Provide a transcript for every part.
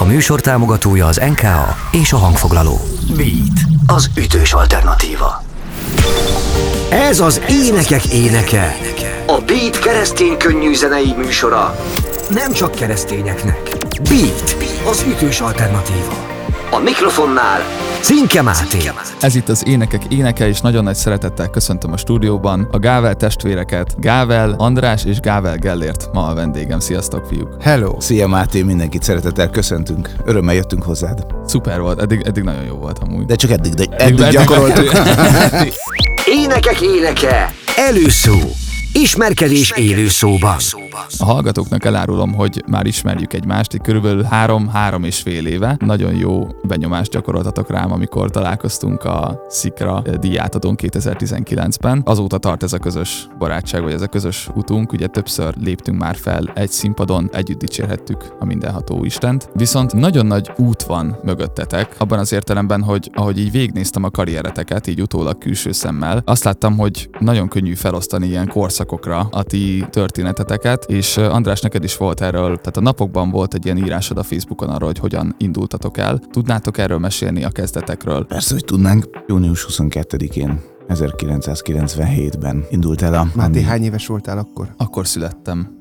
műsor támogatója az NKA és a hangfoglaló. Beat, az ütős alternatíva. Ez az Énekek éneke, a Beat keresztény könnyű zenei műsora. Nem csak keresztényeknek. Beat, az ütős alternatíva. A mikrofonnál Cinke Máté. Ez itt az Énekek éneke, és nagyon nagy szeretettel köszöntöm a stúdióban a Gável testvéreket, Gável András és Gável Gellért. Ma a vendégem. Sziasztok, fiúk! Hello! Szia Máté, mindenkit szeretettel köszöntünk. Örömmel jöttünk hozzád. Szuper volt, eddig nagyon jó volt amúgy. De csak eddig gyakoroltuk. Énekek éneke, előszó, ismerkedés élő szóban. A hallgatóknak elárulom, hogy már ismerjük egymást, így körülbelül 3 és fél éve. Nagyon jó benyomást gyakoroltatok rám, amikor találkoztunk a Szikra díjátadón 2019-ben. Azóta tart ez a közös barátság, vagy ez a közös utunk. Ugye többször léptünk már fel egy színpadon, együtt dicsérhettük a mindenható Istent. Viszont nagyon nagy út van mögöttetek, abban az értelemben, hogy ahogy így végignéztem a karriereteket, így utólag külső szemmel, azt láttam, hogy nagyon könnyű felosztani ilyen korszakokra a ti történeteteket, és András, neked is volt erről, tehát a napokban volt egy ilyen írásod a Facebookon arról, hogy hogyan indultatok el. Tudnátok erről mesélni a kezdetekről? Persze, hogy tudnánk. Június 22-én 1997-ben indult el a... Máté, hány éves voltál akkor? Akkor születtem.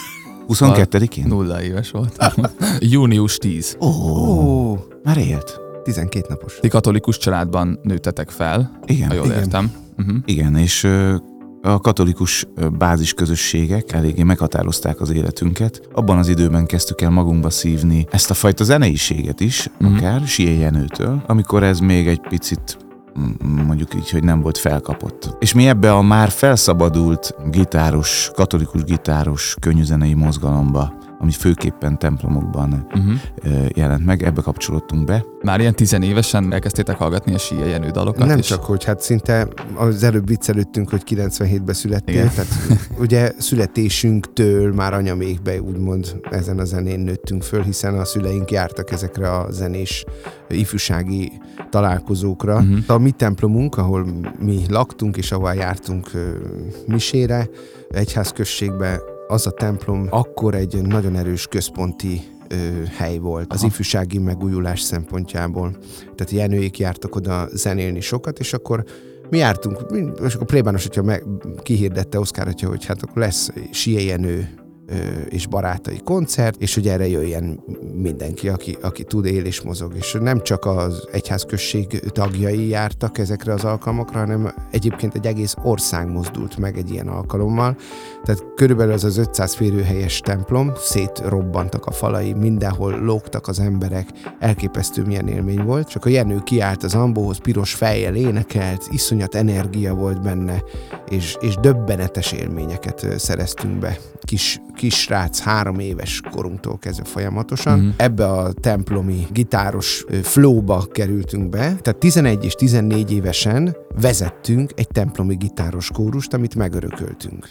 22-én? 0 éves voltam. Június 10. Ó, már élt. 12 napos. Ti katolikus családban nőttetek fel, Igen. ha jól értem. Igen, és a katolikus bázisközösségek eléggé meghatározták az életünket. Abban az időben kezdtük el magunkba szívni ezt a fajta zeneiséget is, akár Sié Jenőtől, amikor ez még egy picit mondjuk így, hogy nem volt felkapott. És mi ebbe a már felszabadult gitáros, katolikus gitáros könnyűzenei mozgalomba, ami főképpen templomokban jelent meg, ebbe kapcsolódtunk be. Már ilyen 10 évesen elkezdtétek hallgatni a Sié Jenő dalokat? Nem csak, hogy hát szinte az előbb viccelődtünk, hogy 97-ben születtél, igen. Tehát ugye születésünktől már anyamékbe úgymond ezen a zenén nőttünk föl, hiszen a szüleink jártak ezekre a zenés ifjúsági találkozókra. A mi templomunk, ahol mi laktunk és ahol jártunk misére, egyházközségbe, az a templom akkor egy nagyon erős központi hely volt az ifjúsági megújulás szempontjából. Tehát Jenőék jártak oda zenélni sokat, és akkor mi jártunk, és akkor plébános, hogyha kihirdette Oszkár atya, hogy hát akkor lesz Sié Jenő és barátai koncert, és hogy erre jöjjen mindenki, aki tud, él és mozog. És nem csak az egyházközség tagjai jártak ezekre az alkalmakra, hanem egyébként egy egész ország mozdult meg egy ilyen alkalommal. Tehát körülbelül az 500 férőhelyes templom, szétrobbantak a falai, mindenhol lógtak az emberek, elképesztő milyen élmény volt. Csak a Jenő kiállt az ambóhoz, piros fejjel énekelt, iszonyat energia volt benne, és döbbenetes élményeket szereztünk be. Kis srác, 3 éves korunktól kezdve folyamatosan. Ebbe a templomi gitáros flowba kerültünk be, tehát 11 és 14 évesen vezettünk egy templomi gitáros kórust, amit megörököltünk.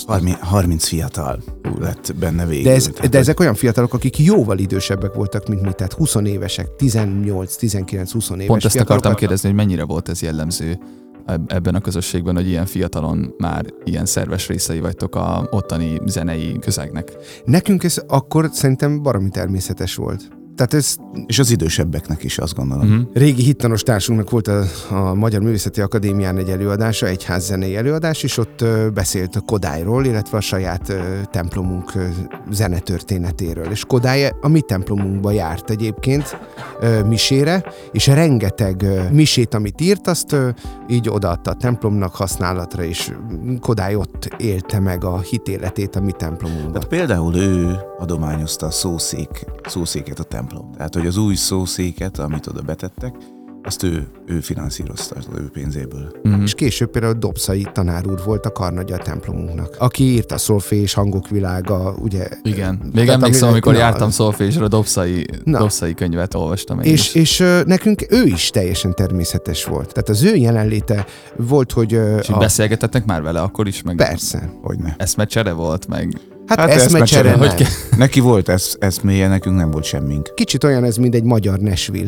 30 fiatal lett benne végül. De ezek olyan fiatalok, akik jóval idősebbek voltak, mint mi, tehát 20 évesek, 18, 19, 20 éves. Pont ezt akartam kérdezni, hogy mennyire volt ez jellemző ebben a közösségben, hogy ilyen fiatalon már ilyen szerves részei vagytok a ottani zenei közegnek. Nekünk ez akkor szerintem baromi természetes volt. Tehát ez... És az idősebbeknek is, azt gondolom. Régi hittanos társunknak volt a Magyar Művészeti Akadémián egy előadása, egyházzenei előadás, és ott beszélt a Kodályról, illetve a saját templomunk zenetörténetéről. És Kodály a mi templomunkba járt egyébként misére, és rengeteg misét, amit írt, azt így odaadta a templomnak használatra, és Kodály ott élte meg a hitéletét a mi templomunkban. Hát például ő adományozta a szószéket a templom. Tehát, hogy az új szószéket, amit oda betettek, azt ő finanszírozta az ő pénzéből. És később például Dobszai tanár úr volt a karnagya a templomunknak, aki írta a Szolfés, Hangok világa, ugye... Igen. Még emlékszem, amikor jártam szolfésre, a Dobszai könyvet olvastam én is. És nekünk ő is teljesen természetes volt. Tehát az ő jelenléte volt, hogy... És beszélgetettek már vele akkor is? Meg persze. Hogyne. Eszmecsere volt, meg... Hát eszmecsere. Neki volt eszméje, nekünk nem volt semmink. Kicsit olyan ez, mint egy magyar Nashville.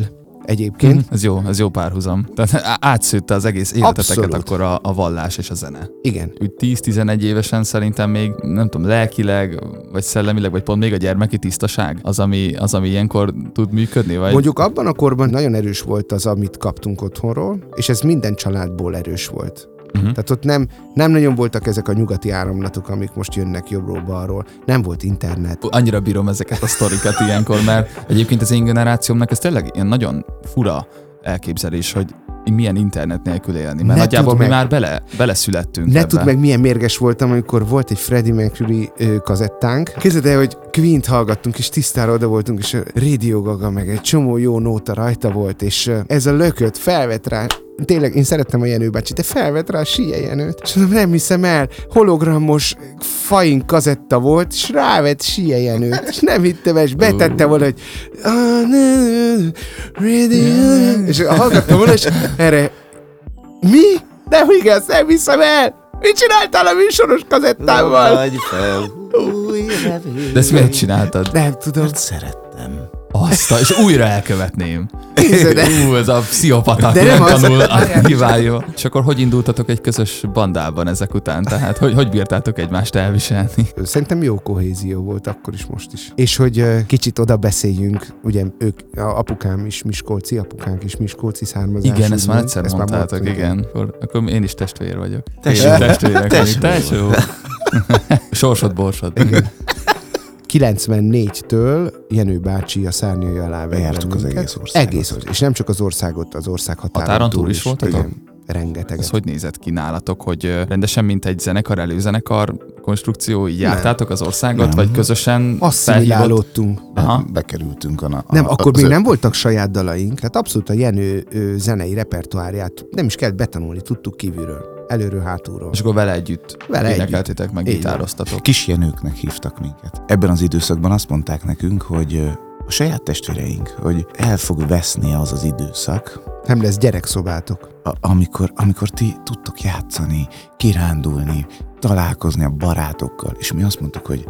egyébként. Ez jó párhuzam. Tehát átszőtte az egész életeteket Abszolút. akkor a vallás és a zene. Igen. Úgy 10-11 évesen szerintem még, nem tudom, lelkileg, vagy szellemileg, vagy pont még a gyermeki tisztaság az, ami ilyenkor tud működni? Vagy? Mondjuk abban a korban nagyon erős volt az, amit kaptunk otthonról, és ez minden családból erős volt. Tehát ott nem nagyon voltak ezek a nyugati áramlatok, amik most jönnek jobbról-balról. Nem volt internet. Annyira bírom ezeket a sztorikat ilyenkor, mert egyébként az én generációmnak ez tényleg ilyen nagyon fura elképzelés, hogy milyen internet nélkül élni. Mert nagyjából mi már beleszülettünk ebbe. Ne tudd meg, milyen mérges voltam, amikor volt egy Freddie Mercury kazettánk. Képzeld el, hogy Queen-t hallgattunk, és tisztára oda voltunk, és a Radio Gaga meg egy csomó jó nóta rajta volt, és ez a lökött felvett rá. Tényleg, én szerettem a Jenő bácsi, de felvett rá a Siehe Jenőt. És mondom, nem hiszem el, hologramos fain kazetta volt, és rávett Siehe Jenőt. És nem hittem el, és betette volna, hogy és hallgattam volna, és erre mi? Nem igaz, nem hiszem el! Mit csináltál a műsoros kazettával? De ezt miért csináltad? Nem tudom. Szerettem. És újra elkövetném. Nézd, Ez a pszichopata De nem az. tanul hibája. És akkor hogy indultatok egy közös bandában ezek után? Tehát hogy bírtátok egymást elviselni? Szerintem jó kohézió volt akkor is, most is. És hogy kicsit oda beszéljünk, ugye ők, apukám is miskolci, apukánk is miskolci származású. Igen, ezt már egyszer mondtátok, igen. Akkor én is testvér vagyok. Tesó. Testvérek. Tesó. Sorsod, borsod. Igen. 94-től Jenő bácsi a szárnyai alá Bejártuk az egész országot. Egész ország. És nem csak az országot, az ország határon túl is voltatok? Igen, rengeteget. Ez hogy nézett ki nálatok, hogy rendesen, mint egy zenekar, előzenekar konstrukció, így jártátok az országot, Nem. vagy közösen Asszimilálódtunk. Aha. Bekerültünk Nem, akkor még nem voltak saját dalaink, tehát abszolút a Jenő zenei repertoárját nem is kellett betanulni, tudtuk kívülről. Előről, hátulról. És akkor vele együtt énekeltétek, meg Így gitároztatok. Kis Jenőknek hívtak minket. Ebben az időszakban azt mondták nekünk, hogy a saját testvéreink, hogy el fog veszni az az időszak, Nem lesz gyerekszobátok. amikor ti tudtok játszani, kirándulni, találkozni a barátokkal, és mi azt mondtuk, hogy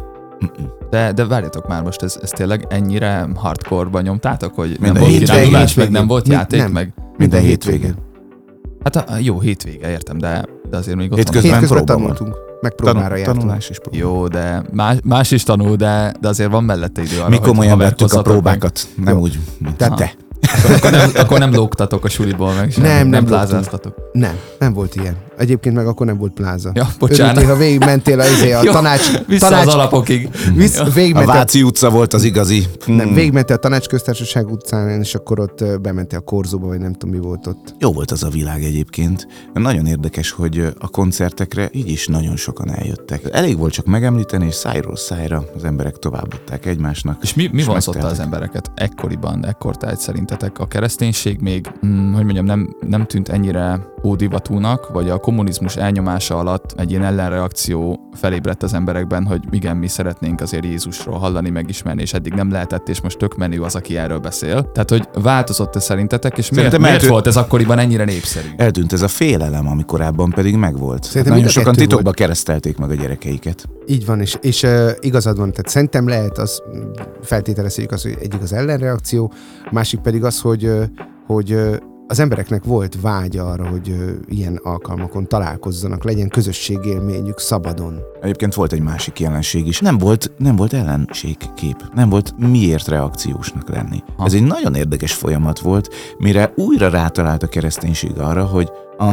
De várjatok már, most ez tényleg ennyire hardcore-ban nyomtátok, hogy nem Minden volt hétvégén, kirándulás, meg nem volt játék, nem. meg... minden hétvégén. Hát jó, hétvége, értem, de azért még ott van. Hétközben Hétközben próba tanultunk, meg próbára jártunk. Tanulás és próba. Jó, de más is tanul, de azért van mellette idő arra, Mi hogy komolyan vettük a haverkozzatok próbákat, nem Jó. úgy, mint Tehát te. akkor nem lógtatok a suliból meg, Nem plázáztatok. Nem volt ilyen. Egyébként meg akkor nem volt pláza. Ja, bocsánat. Örültél, ha végigmentél a Jó, tanács... Vissza az alapokig. A Végigmentél, Váci utca volt az igazi. végigmentél a Tanácsköztársaság utcán, és akkor ott bementél a Korzóba, vagy nem tudom, mi volt ott. Jó volt az a világ egyébként. Nagyon érdekes, hogy a koncertekre így is nagyon sokan eljöttek. Elég volt csak megemlíteni, és szájról szájra az emberek továbbadták egymásnak. És mi vonzotta megteltek. az embereket ekkoriban, ekkortájt szerintetek? A kereszténység még, hogy mondjam, nem tűnt ennyire ódivatúnak, vagy a kommunizmus elnyomása alatt egy ilyen ellenreakció felébredt az emberekben, hogy igen, mi szeretnénk azért Jézusról hallani, megismerni, és eddig nem lehetett, és most tök menő az, aki erről beszél. Tehát, hogy változott-e szerintetek, és miért volt ez akkoriban ennyire népszerű? Eltűnt ez a félelem, ami korábban pedig megvolt. Szerintem Nagyon mind a sokan kettő titokba volt. keresztelték meg a gyerekeiket. Így van, és igazad van, tehát szerintem lehet, az feltételezhetjük az, hogy egyik az ellenreakció, másik pedig az, hogy az embereknek volt vágya arra, hogy ilyen alkalmakon találkozzanak, legyen közösségélményük szabadon. Egyébként volt egy másik jelenség is. Nem volt ellenségkép. Nem volt miért reakciósnak lenni. Ez egy nagyon érdekes folyamat volt, mire újra rátalált a kereszténység arra, hogy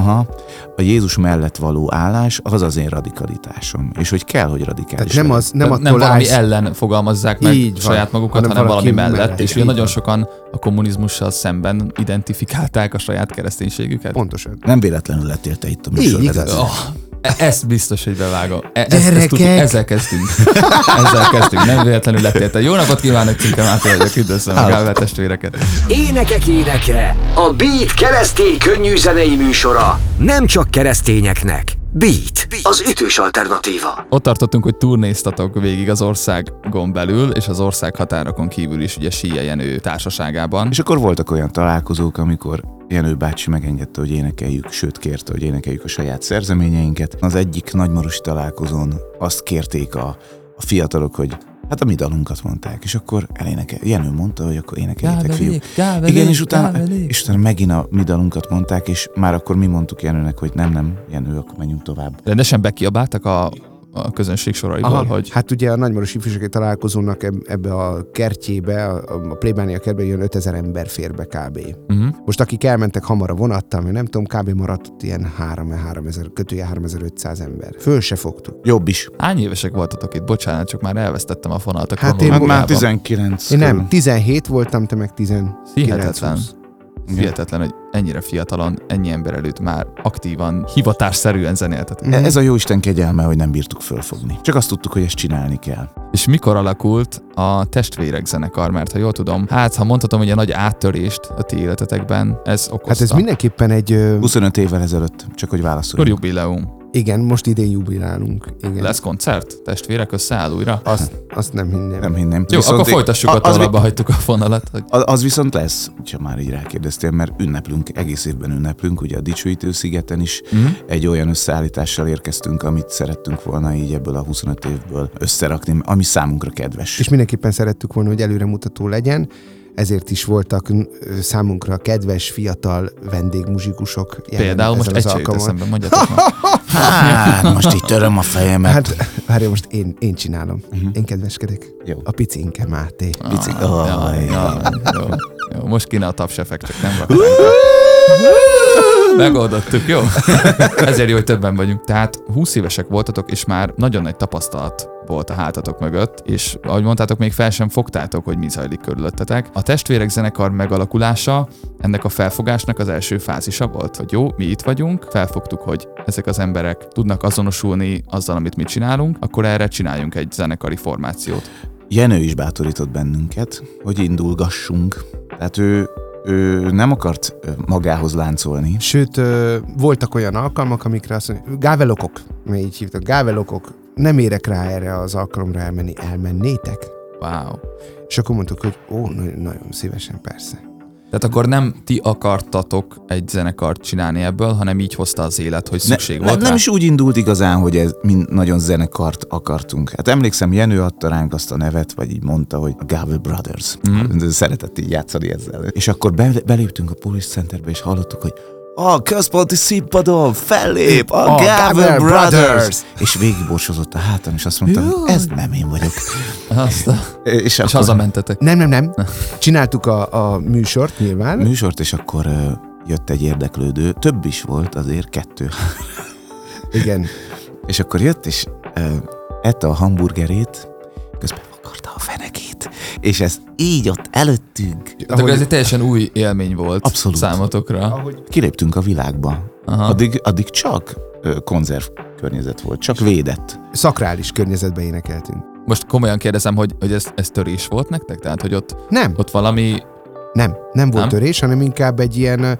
a Jézus mellett való állás az én radikalitásom. És hogy kell, hogy radikális Tehát nem attól valami állsz, ellen fogalmazzák meg Így van, saját magukat, hanem hanem valami valaki mellett. mellett. És ugye Így nagyon van. sokan a kommunizmussal szemben identifikálták a saját kereszténységüket. pontosan. Nem véletlenül lettél te itt a Így, műsorvezető. igaz. Ezt biztos, hogy bevágom. Gyerekek! Ezzel kezdtünk. Nem véletlenül lettél te. Jó napot kívánok, Cinke Máté vagyok, üdvözlöm a Gálver testvéreket. Énekek éneke, a Beat keresztény könnyű zenei műsora. Nem csak keresztényeknek. Beat, az ütős alternatíva. Ott tartottunk, hogy turnéztatok végig az országon belül, és az ország határokon kívül is, ugye Siehe Jenő társaságában. És akkor voltak olyan találkozók, amikor Jenő bácsi megengedte, hogy énekeljük, sőt kérte, hogy énekeljük a saját szerzeményeinket. Az egyik nagymarosi találkozón azt kérték a fiatalok, hogy Hát a mi dalunkat mondták, és akkor Jenő mondta, hogy akkor énekeljétek, fiúk. Igen, és utána megint a mi dalunkat mondták, és már akkor mi mondtuk Jenőnek, hogy nem, Jenő, akkor menjünk tovább. Rendesen bekiabáltak a közönség soraiból, hogy... Hát ugye a Nagymarosi ifjúsági találkozónak ebbe a kertjébe, a plébánia kertbe jön 5000 ember fér be kb. Most akik elmentek hamar a vonattal, mert nem tudom, kb. Maradt ilyen 3500 ember. Föl se fogtuk. Jobb is. Hány évesek voltatok itt? Bocsánat, csak már elvesztettem a fonalat. Hát én már 19. Én nem, 17 voltam, te meg 19. Hihetetlen, hogy ennyire fiatalon, ennyi ember előtt már aktívan, hivatásszerűen zenéltetek. Ez a jóisten kegyelme, hogy nem bírtuk fölfogni. Csak azt tudtuk, hogy ezt csinálni kell. És mikor alakult a Testvérek zenekar? Mert ha jól tudom, hát ha mondhatom, hogy a nagy áttörést a ti életetekben ez okozta. Hát ez mindenképpen egy... 25 évvel ezelőtt, csak hogy válaszoljunk. Akkor jubileum. Igen, most idén jubilálunk. Igen. Lesz koncert? Testvérek összeáll újra? Azt nem hinném. Nem hinném. Jó, viszont akkor folytassuk a tovább, hagytuk a fonalat. Hogy... Az viszont lesz, ha már így rákérdeztél, mert ünneplünk, egész évben ünneplünk, ugye a Dicsőítő szigeten is egy olyan összeállítással érkeztünk, amit szerettünk volna így ebből a 25 évből összerakni, ami számunkra kedves. És mindenképpen szerettük volna, hogy előremutató legyen, ezért is voltak számunkra kedves, fiatal vendégmuzsikusok. Például most egy se jut eszembe, mondjatok már. Hát, most így töröm a fejemet. Hát, várj, most én csinálom. Én kedveskedek. Jó. A Picinke Máté. Jó, most kéne a tapsefekt, csak nem raktam. Megoldottuk, jó? Ezért jó, hogy többen vagyunk. Tehát 20 évesek voltatok, és már nagyon nagy tapasztalat volt a hátatok mögött, és ahogy mondtátok, még fel sem fogtátok, hogy mi zajlik körülöttetek. A Testvérek zenekar megalakulása ennek a felfogásnak az első fázisa volt, hogy jó, mi itt vagyunk, felfogtuk, hogy ezek az emberek tudnak azonosulni azzal, amit mi csinálunk, akkor erre csináljunk egy zenekari formációt. Jenő is bátorított bennünket, hogy indulgassunk. Tehát ő nem akart magához láncolni. Sőt, voltak olyan alkalmak, amikre azt mondja, gávelokok, mert így hívtak, gávelokok, nem érek rá erre az alkalomra elmenni, elmennétek? Wow. És akkor mondtuk, hogy nagyon szívesen, persze. Tehát akkor nem ti akartatok egy zenekart csinálni ebből, hanem így hozta az élet, hogy szükség volt rá? Nem is úgy indult igazán, hogy ez mind nagyon zenekart akartunk. Hát emlékszem, Jenő adta ránk azt a nevet, vagy így mondta, hogy a Gavel Brothers. Szeretett így játszani ezzel. És akkor beléptünk a Police Centerbe, és hallottuk, hogy a központi színpadon fellép a Gavel Brothers! És végigborsozott a hátam, és azt mondtam, ez nem én vagyok. És hazamentetek. Nem. Csináltuk a műsort nyilván. Műsort, és akkor jött egy érdeklődő. Több is volt azért, 2. Igen. És akkor jött, és ette a hamburgerét, közben vakarta a fenekét. És ez így ott előttünk. Tehát ez egy teljesen új élmény volt. Abszolút. Számotokra. Kiléptünk a világba. Addig csak konzerv környezet volt, csak védett. Szakrális környezetben énekeltünk. Most komolyan kérdezem, hogy ez törés volt nektek? Tehát, hogy ott valami... Nem volt törés, hanem inkább egy ilyen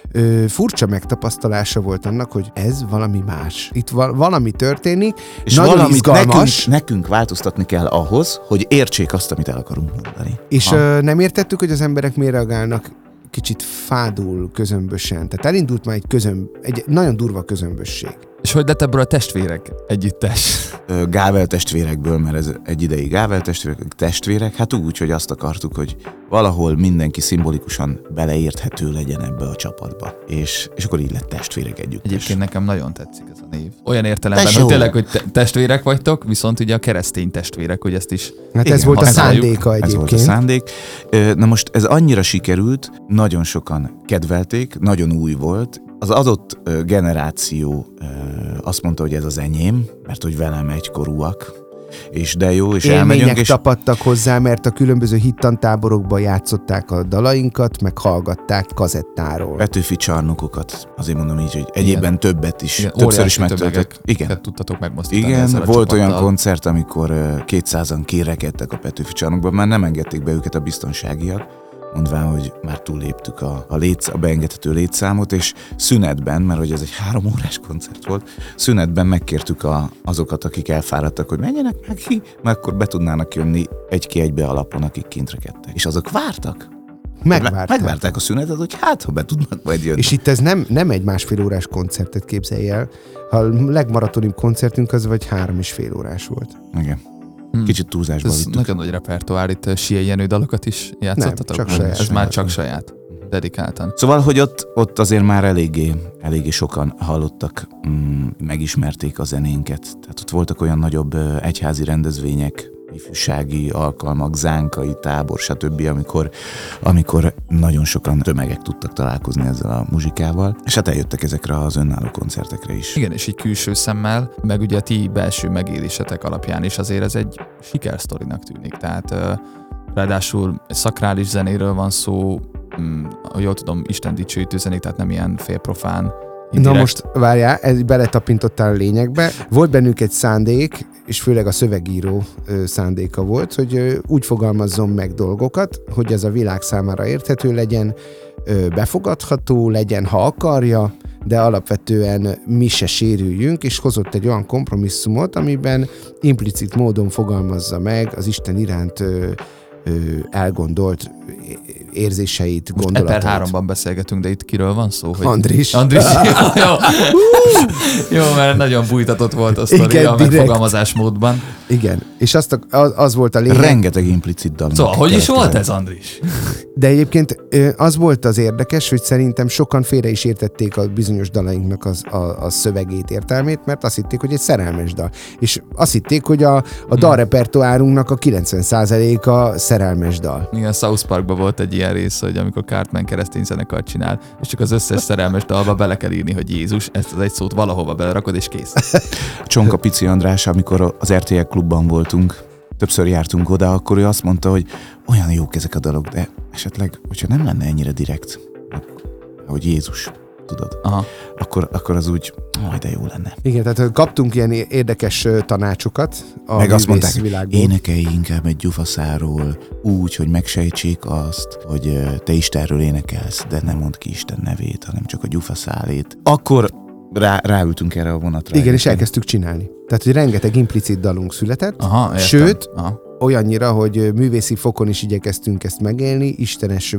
furcsa megtapasztalása volt annak, hogy ez valami más. Itt valami történik, és nagyon valamit izgalmas. Nekünk változtatni kell ahhoz, hogy értsék azt, amit el akarunk mondani. És nem értettük, hogy az emberek miért reagálnak kicsit fádul, közömbösen. Tehát elindult már egy nagyon durva közömbösség. És hogy lett ebből a testvérek együttes? Gavel testvérekből, mert ez egy ideig Gavel testvérek, hát úgy, hogy azt akartuk, hogy valahol mindenki szimbolikusan beleérthető legyen ebbe a csapatba. És akkor így lett Testvérek együttes. Egyébként nekem nagyon tetszik ez a név. Olyan értelemben, hogy tényleg, hogy testvérek vagytok, viszont ugye a keresztény testvérek, hogy ezt is... Hát ez volt a szándéka egyébként. Ez volt a szándék. Na most ez annyira sikerült, nagyon sokan kedvelték, nagyon új volt. Az adott generáció azt mondta, hogy ez az enyém, mert hogy velem egykorúak, és de jó, és elmegyünk. És tapadtak hozzá, mert a különböző hittantáborokban játszották a dalainkat, meg hallgatták kazettáról. Petőfi csarnokokat, azért mondom így, hogy egyébben többet is, többször is megtöltött. Igen, tudtatok megmozdítani. Igen, volt olyan koncert, amikor 200-an kirekedtek a Petőfi csarnokban, már nem engedték be őket a biztonságiak, mondván, hogy már túlléptük a beengedhető létszámot, és szünetben, mert hogy ez egy 3 órás koncert volt, szünetben megkértük azokat, akik elfáradtak, hogy menjenek meg ki, mert akkor be tudnának jönni 1-2 alapon, akik kint rekedtek. És azok vártak. Megvárták a szünetet, hogy hát, ha be tudnak majd jönni. És itt ez nem egy 1,5 órás koncertet képzelj el. A legmaratonibb koncertünk az vagy 3,5 órás volt. Igen. Kicsit túlzásba Ez vittük. nagyon nagy repertoár, itt Siei Jenő dalokat is játszottatok? csak saját. Ez már csak saját, dedikáltan. Szóval, hogy ott azért már eléggé sokan hallottak, megismerték a zenénket. Tehát ott voltak olyan nagyobb egyházi rendezvények, ifjúsági alkalmak, zánkai tábor, stb., amikor nagyon sokan tömegek tudtak találkozni ezzel a muzsikával, és hát eljöttek ezekre az önálló koncertekre is. Igen, és így külső szemmel, meg ugye a ti belső megélésetek alapján is azért ez egy sikersztorinak tűnik. Tehát ráadásul szakrális zenéről van szó, ha jól tudom, Isten dicsőítő zenék, tehát nem ilyen félprofán. Na most várjál, beletapintottál a lényegbe. Volt bennünk egy szándék, és főleg a szövegíró szándéka volt, hogy úgy fogalmazzon meg dolgokat, hogy ez a világ számára érthető legyen, befogadható legyen, ha akarja, de alapvetően mi se sérüljünk, és hozott egy olyan kompromisszumot, amiben implicit módon fogalmazza meg az Isten iránt elgondolt érzéseit, gondolatait. Per 3-ban beszélgetünk, de itt kiről van szó? Hogy... Andris. Jó. Jó, mert nagyon bújtatott volt a sztori a megfogalmazásmódban. Igen, és az volt a lényeg. Rengeteg implicit dal. Szóval, hogy is volt ez, Andris? De egyébként az volt az érdekes, hogy szerintem sokan félre is értették a bizonyos dalainknak a szövegét, értelmét, mert azt hitték, hogy egy szerelmes dal. És azt hitték, hogy a dalrepertoárunknak a 90%-a szerelmes dal. Igen, South Parkban volt egy ilyen rész, hogy amikor Cartman keresztény zenekart csinál, és csak az összes szerelmes dalba bele kell írni, hogy Jézus, ezt az egy szót valahova belerakod, és kész. Csonka Pici András, amikor az RTL klubban voltunk, többször jártunk oda, akkor ő azt mondta, hogy olyan jók ezek a dalok, de esetleg, hogyha nem lenne ennyire direkt, hogy Jézus, tudod, akkor az úgy, majd de jó lenne. Igen, tehát kaptunk ilyen érdekes tanácsokat a meg azt mondták, világból. Énekelj inkább egy gyufaszáról úgy, hogy megsejtsék azt, hogy te Istenről énekelsz, de nem mondd ki Isten nevét, hanem csak a gyufaszálét. Akkor ráültünk erre a vonatra. Igen, és elkezdtük csinálni. Tehát, hogy rengeteg implicit dalunk született, Aha, sőt, olyannyira, hogy művészi fokon is igyekeztünk ezt megélni, istenes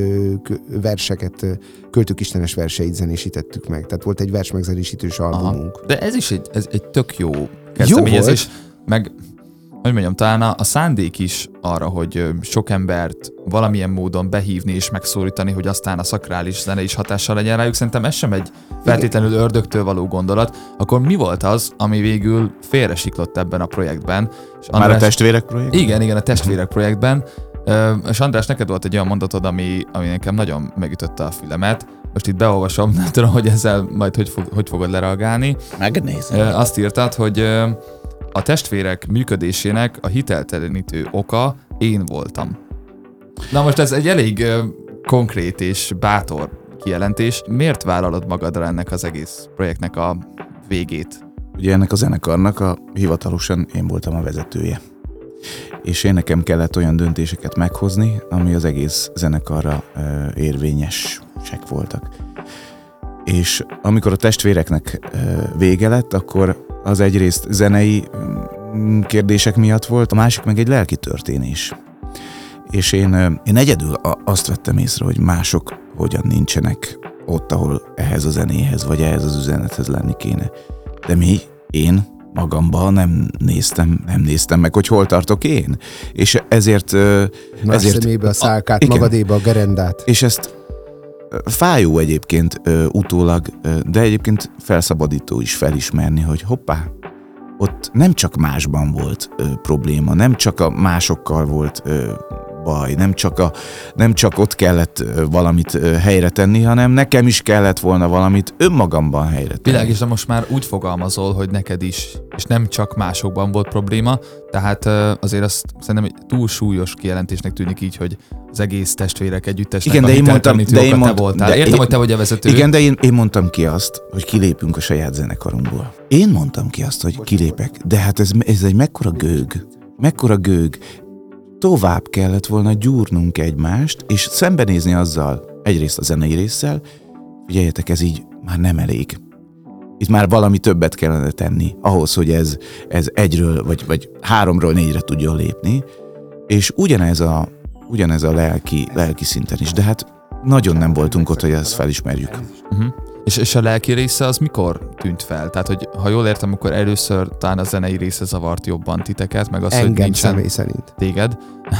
verseket, költők istenes verseit zenésítettük meg. Tehát volt egy versmegzenésítős albumunk. De ez is egy tök jó kezdeményezés. Meg, hogy mondjam, talán a szándék is arra, hogy sok embert valamilyen módon behívni és megszólítani, hogy aztán a szakrális zene is hatással legyen rájuk. Szerintem ez sem egy feltétlenül ördögtől való gondolat. Akkor mi volt az, ami végül félresiklott ebben a projektben? És András, már a testvérek projektben? Igen, a testvérek projektben. És András, neked volt egy olyan mondatod, ami nekem nagyon megütötte a fülemet. Most itt beolvasom, nem tudom, hogy ezzel majd hogy fogod lereagálni. Megnézem. Azt írtad, hogy a testvérek működésének a hiteltelenítő oka én voltam. Na most ez egy elég konkrét és bátor kijelentés. Miért vállalod magadra ennek az egész projektnek a végét? Ugye ennek a zenekarnak hivatalosan én voltam a vezetője. És én nekem kellett olyan döntéseket meghozni, ami az egész zenekarra érvényesek voltak. És amikor a testvéreknek vége lett, akkor az egyrészt zenei kérdések miatt volt, a másik meg egy lelki történés. És én egyedül azt vettem észre, hogy mások hogyan nincsenek ott, ahol ehhez a zenéhez, vagy ehhez az üzenethez lenni kéne. De én magamban nem néztem meg, hogy hol tartok én. És ezért... Más szemébe a szálkát, igen, magadéba a gerendát. És ezt fájó egyébként utólag, de egyébként felszabadító is felismerni, hogy hoppá, ott nem csak másban volt probléma, nem csak a másokkal volt baj, nem csak ott kellett valamit helyre tenni, hanem nekem is kellett volna valamit önmagamban helyre tenni. Világ, és de most már úgy fogalmazol, hogy neked is, és nem csak másokban volt probléma, tehát azért azt szerintem egy túl súlyos kijelentésnek tűnik így, hogy az egész testvérek együttesnek igen, a hiteltelenítő oka te voltál. Értem, hogy te vagy a vezető. Igen, de én mondtam ki azt, hogy kilépünk a saját zenekarunkból. Én mondtam ki azt, hogy kilépek, de hát ez egy mekkora gőg. Tovább kellett volna gyúrnunk egymást, és szembenézni azzal, egyrészt a zenei résszel, figyeljetek, ez így már nem elég. Itt már valami többet kellene tenni, ahhoz, hogy ez 1-ről, vagy 3-ról 4-re tudjon lépni, és ugyanez a lelki szinten is, de hát nagyon nem voltunk ott, hogy ezt felismerjük. És a lelki része az mikor tűnt fel? Tehát, hogy ha jól értem, akkor először talán a zenei része zavart jobban titeket, meg az, hogy Engem nincsen személy szerint. téged,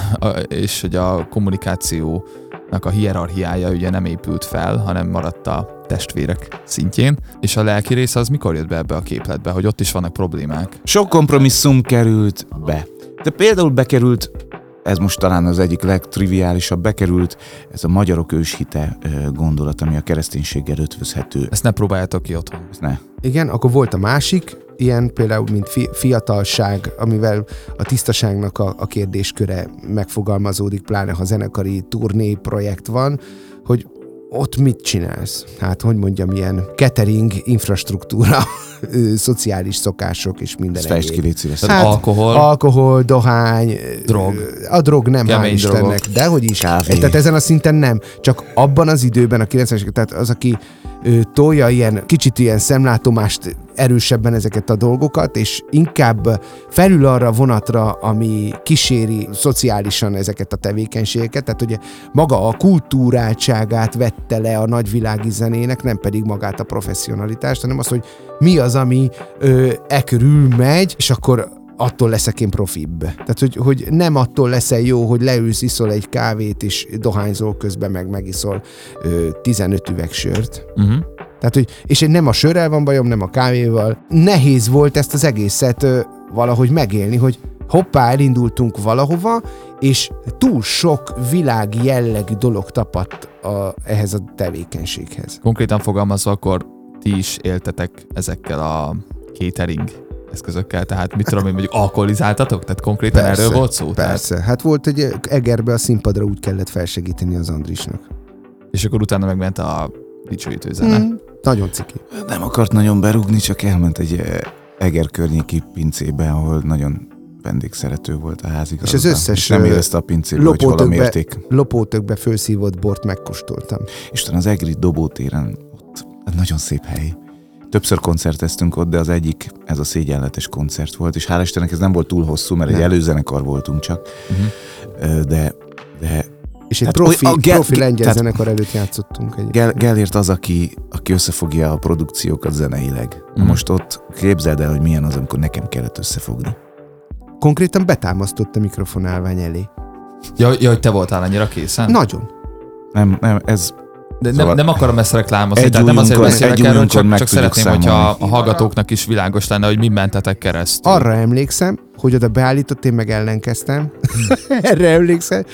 és hogy a kommunikációnak a hierarchiája ugye nem épült fel, hanem maradt a testvérek szintjén, és a lelki része az mikor jött be ebbe a képletbe, hogy ott is vannak problémák? Sok kompromisszum került be. De például bekerült, ez most talán az egyik legtriviálisabb, bekerült ez a magyarok őshite gondolat, ami a kereszténységgel ötvözhető. Ezt ne próbáljátok ki otthon. Ez ne. Igen, akkor volt a másik, ilyen például, mint fiatalság, amivel a tisztaságnak a kérdésköre megfogalmazódik, pláne ha zenekari turné projekt van, hogy ott mit csinálsz? Hát, hogy mondjam, ilyen catering, infrastruktúra, szociális szokások és minden Ezt fejtsd ki, egyéb. légy szíves. Tehát Alkohol, dohány, Drog. A drog nem, hál' Kemény Istennek, drogok. dehogy is. Kávé. Tehát ezen a szinten nem. Csak abban az időben, a 90-es, tehát az, aki tolja ilyen, kicsit ilyen szemlátomást erősebben ezeket a dolgokat, és inkább felül arra a vonatra, ami kíséri szociálisan ezeket a tevékenységeket, tehát ugye maga a kultúráltságát vette le a nagyvilági zenének, nem pedig magát a professzionalitást, hanem az, hogy mi az, ami körül megy, és akkor attól leszek én profibb. Tehát, hogy nem attól leszel jó, hogy leülsz, iszol egy kávét, és dohányzol közben, megiszol 15 üveg sört. Uh-huh. Tehát, hogy, és nem a sörrel van bajom, nem a kávéval. Nehéz volt ezt az egészet valahogy megélni, hogy hoppá, elindultunk valahova, és túl sok világi jellegű dolog tapadt ehhez a tevékenységhez. Konkrétan fogalmazva, akkor ti is éltetek ezekkel a catering eszközökkel, tehát mit tudom én, mondjuk alkoholizáltatok? Tehát konkrétan Persze, erről volt szó? Persze. Hát volt egy Egerbe a színpadra úgy kellett felsegíteni az Andrisnak. És akkor utána megment a dicsőítő zene. Nagyon ciki. Nem akart nagyon berúgni, csak elment egy Eger környéki pincébe, ahol nagyon vendégszerető volt a házigazda. És az összes És nem érezte a pincébe, hogy hol a mérték. Lopótökbe fölszívott bort megkóstoltam. Isten az egri dobótéren ott nagyon szép hely. Többször koncerteztünk ott, de az egyik, ez a szégyenletes koncert volt, és hál' Istennek ez nem volt túl hosszú, mert egy előzenekar voltunk csak, de és egy hát profi lengyel zenekar előtt játszottunk. Gellért az, aki összefogja a produkciókat zeneileg. Most ott képzeld el, hogy milyen az, amikor nekem kellett összefogni. Konkrétan betámasztott a mikrofonálvány elé. Ja, hogy te voltál annyira készen? Nagyon. Nem, ez... De Szóval nem akarom ezt reklámozni, tehát nem azért beszélek erről, csak szeretném, hogyha a hallgatókok is világos lenne, hogy mi mentetek keresztül. Arra emlékszem, hogy oda beállított, én meg ellenkeztem. Erre emlékszem.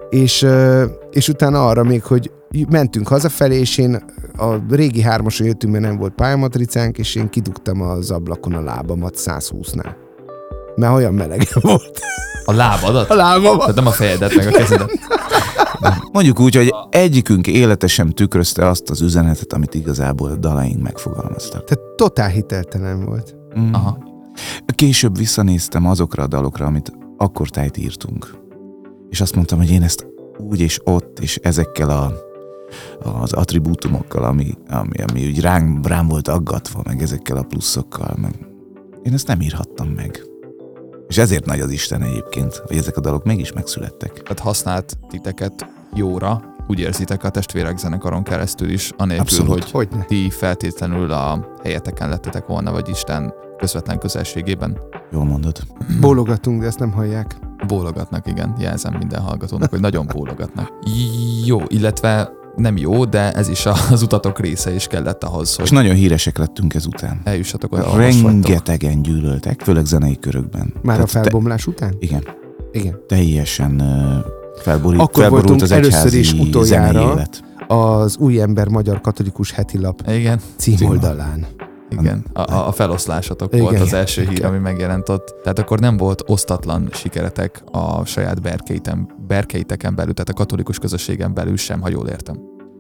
És utána arra még, hogy mentünk hazafelé, és én a régi 3-ason jöttünk, mert nem volt pályamatricánk, és én kidugtam az ablakon a lábamat 120-nál. Mert olyan meleg volt. A lábadat? A lábamat. Tehát nem a fejedet, meg a kezedet. Mondjuk úgy, hogy egyikünk élete sem tükrözte azt az üzenetet, amit igazából a dalaink megfogalmaztak. Tehát totál hiteltelen volt. Aha. Később visszanéztem azokra a dalokra, amit akkortájt írtunk. És azt mondtam, hogy én ezt úgy és ott, és ezekkel az attribútumokkal, ami úgy rám volt aggatva, meg ezekkel a pluszokkal, meg én ezt nem írhattam meg. És ezért nagy az Isten egyébként, hogy ezek a dalok mégis megszülettek. Tehát használt titeket jóra, úgy érzitek a testvérek zenekaron keresztül is, anélkül, Abszolút. hogy ti feltétlenül a helyeteken lettetek volna, vagy Isten közvetlen közelségében. Jól mondod. Bólogatunk, de ezt nem hallják. Bólogatnak, igen, jelzem minden hallgatónak, hogy nagyon bólogatnak. Jó, illetve nem jó, de ez is az utatok része is kellett ahhoz, hogy És nagyon híresek lettünk ezután. eljussatok oda, ahol most vagytok. Rengetegen gyűlöltek, főleg zenei körökben. Már Tehát a felbomlás után? Igen. Igen. Teljesen Akkor felborult voltunk az először egyházi is utoljára zenei élet. az Új Ember Magyar Katolikus Hetilap Igen, címoldalán. igen. A feloszlásatok Igen, volt az igen. első hír, ami megjelent ott. Tehát akkor nem volt osztatlan sikeretek a saját berkeiteken belül, tehát a katolikus közösségen belül sem, ha jól értem.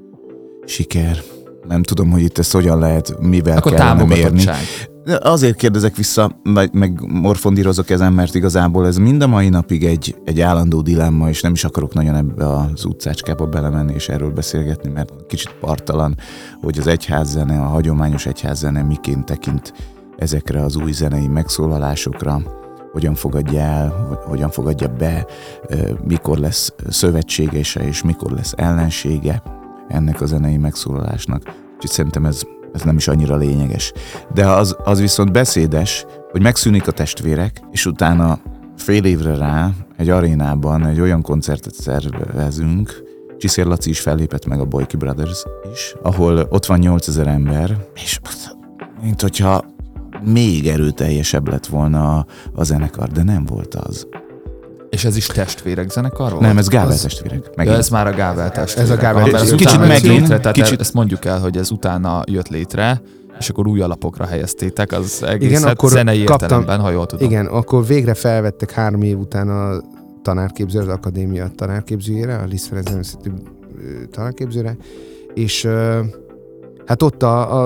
Siker. Nem tudom, hogy itt ezt hogyan lehet, mivel Akkor kellene mérni. támogatottság. De azért kérdezek vissza, meg morfondírozok ezen, mert igazából ez mind a mai napig egy állandó dilemma, és nem is akarok nagyon ebbe az utcácskába belemenni és erről beszélgetni, mert kicsit parttalan, hogy az egyházzene, a hagyományos egyházzene miként tekint ezekre az új zenei megszólalásokra, hogyan fogadja el, hogyan fogadja be, mikor lesz szövetségese és mikor lesz ellensége ennek a zenei megszólalásnak. Úgyhogy szerintem ez ez nem is annyira lényeges. De az viszont beszédes, hogy megszűnik a Testvérek, és utána fél évre rá egy arénában egy olyan koncertet szervezünk, Csiszér Laci is fellépett, meg a Boyki Brothers is, ahol ott van 8000 ember, és mint hogyha még erőteljesebb lett volna a zenekar, de nem volt az. És ez is Testvérek zenekar volt? Nem, ez Gábel Testvérek. Ja, ez már a Gábel Testvérek. Ez a Gábel Testvérek. Kicsit megint, létre, kicsit... ezt mondjuk el, hogy ez utána jött létre, és akkor új alapokra helyeztétek az egészet, igen, akkor zenei értelemben, ha jól tudom. Igen, akkor végre felvettek 3 év után a tanárképző, az akadémia tanárképzőjére, a Liszt Ferenc Nemzeti tanárképzőre, és hát ott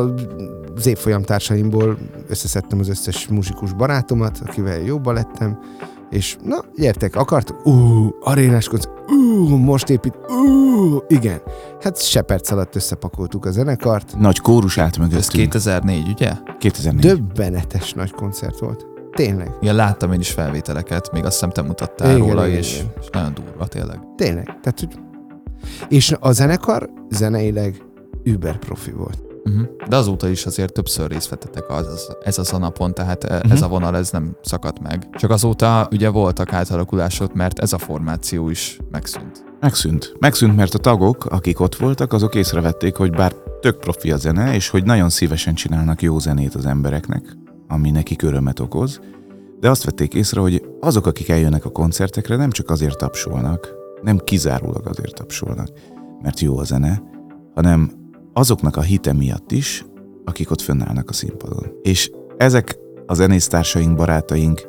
az évfolyam társaimból összeszedtem az összes muzsikus barátomat, akivel jobban lettem, és na, gyertek, akartok? Arénás koncert, most épít, igen. Hát se perc alatt összepakoltuk a zenekart. Nagy kórus állt mögöttünk. Ez 2004, ugye? 2004. Döbbenetes nagy koncert volt. Tényleg. Igen, láttam én is felvételeket, még azt hiszem te mutattál Igen, róla, igen, és igen. nagyon durva tényleg. Tényleg. Tehát, hogy... És a zenekar zeneileg über profi volt. De azóta is azért többször részt vettetek ez az a napon, tehát ez a vonal ez nem szakadt meg. Csak azóta ugye voltak átalakulások, mert ez a formáció is megszűnt. Megszűnt, mert a tagok, akik ott voltak, azok észrevették, hogy bár tök profi a zene, és hogy nagyon szívesen csinálnak jó zenét az embereknek, ami nekik örömet okoz, de azt vették észre, hogy azok, akik eljönnek a koncertekre, nem csak azért tapsolnak, nem kizárólag azért tapsolnak, mert jó a zene, hanem azoknak a hite miatt is, akik ott fönnállnak a színpadon. És ezek a zenésztársaink, barátaink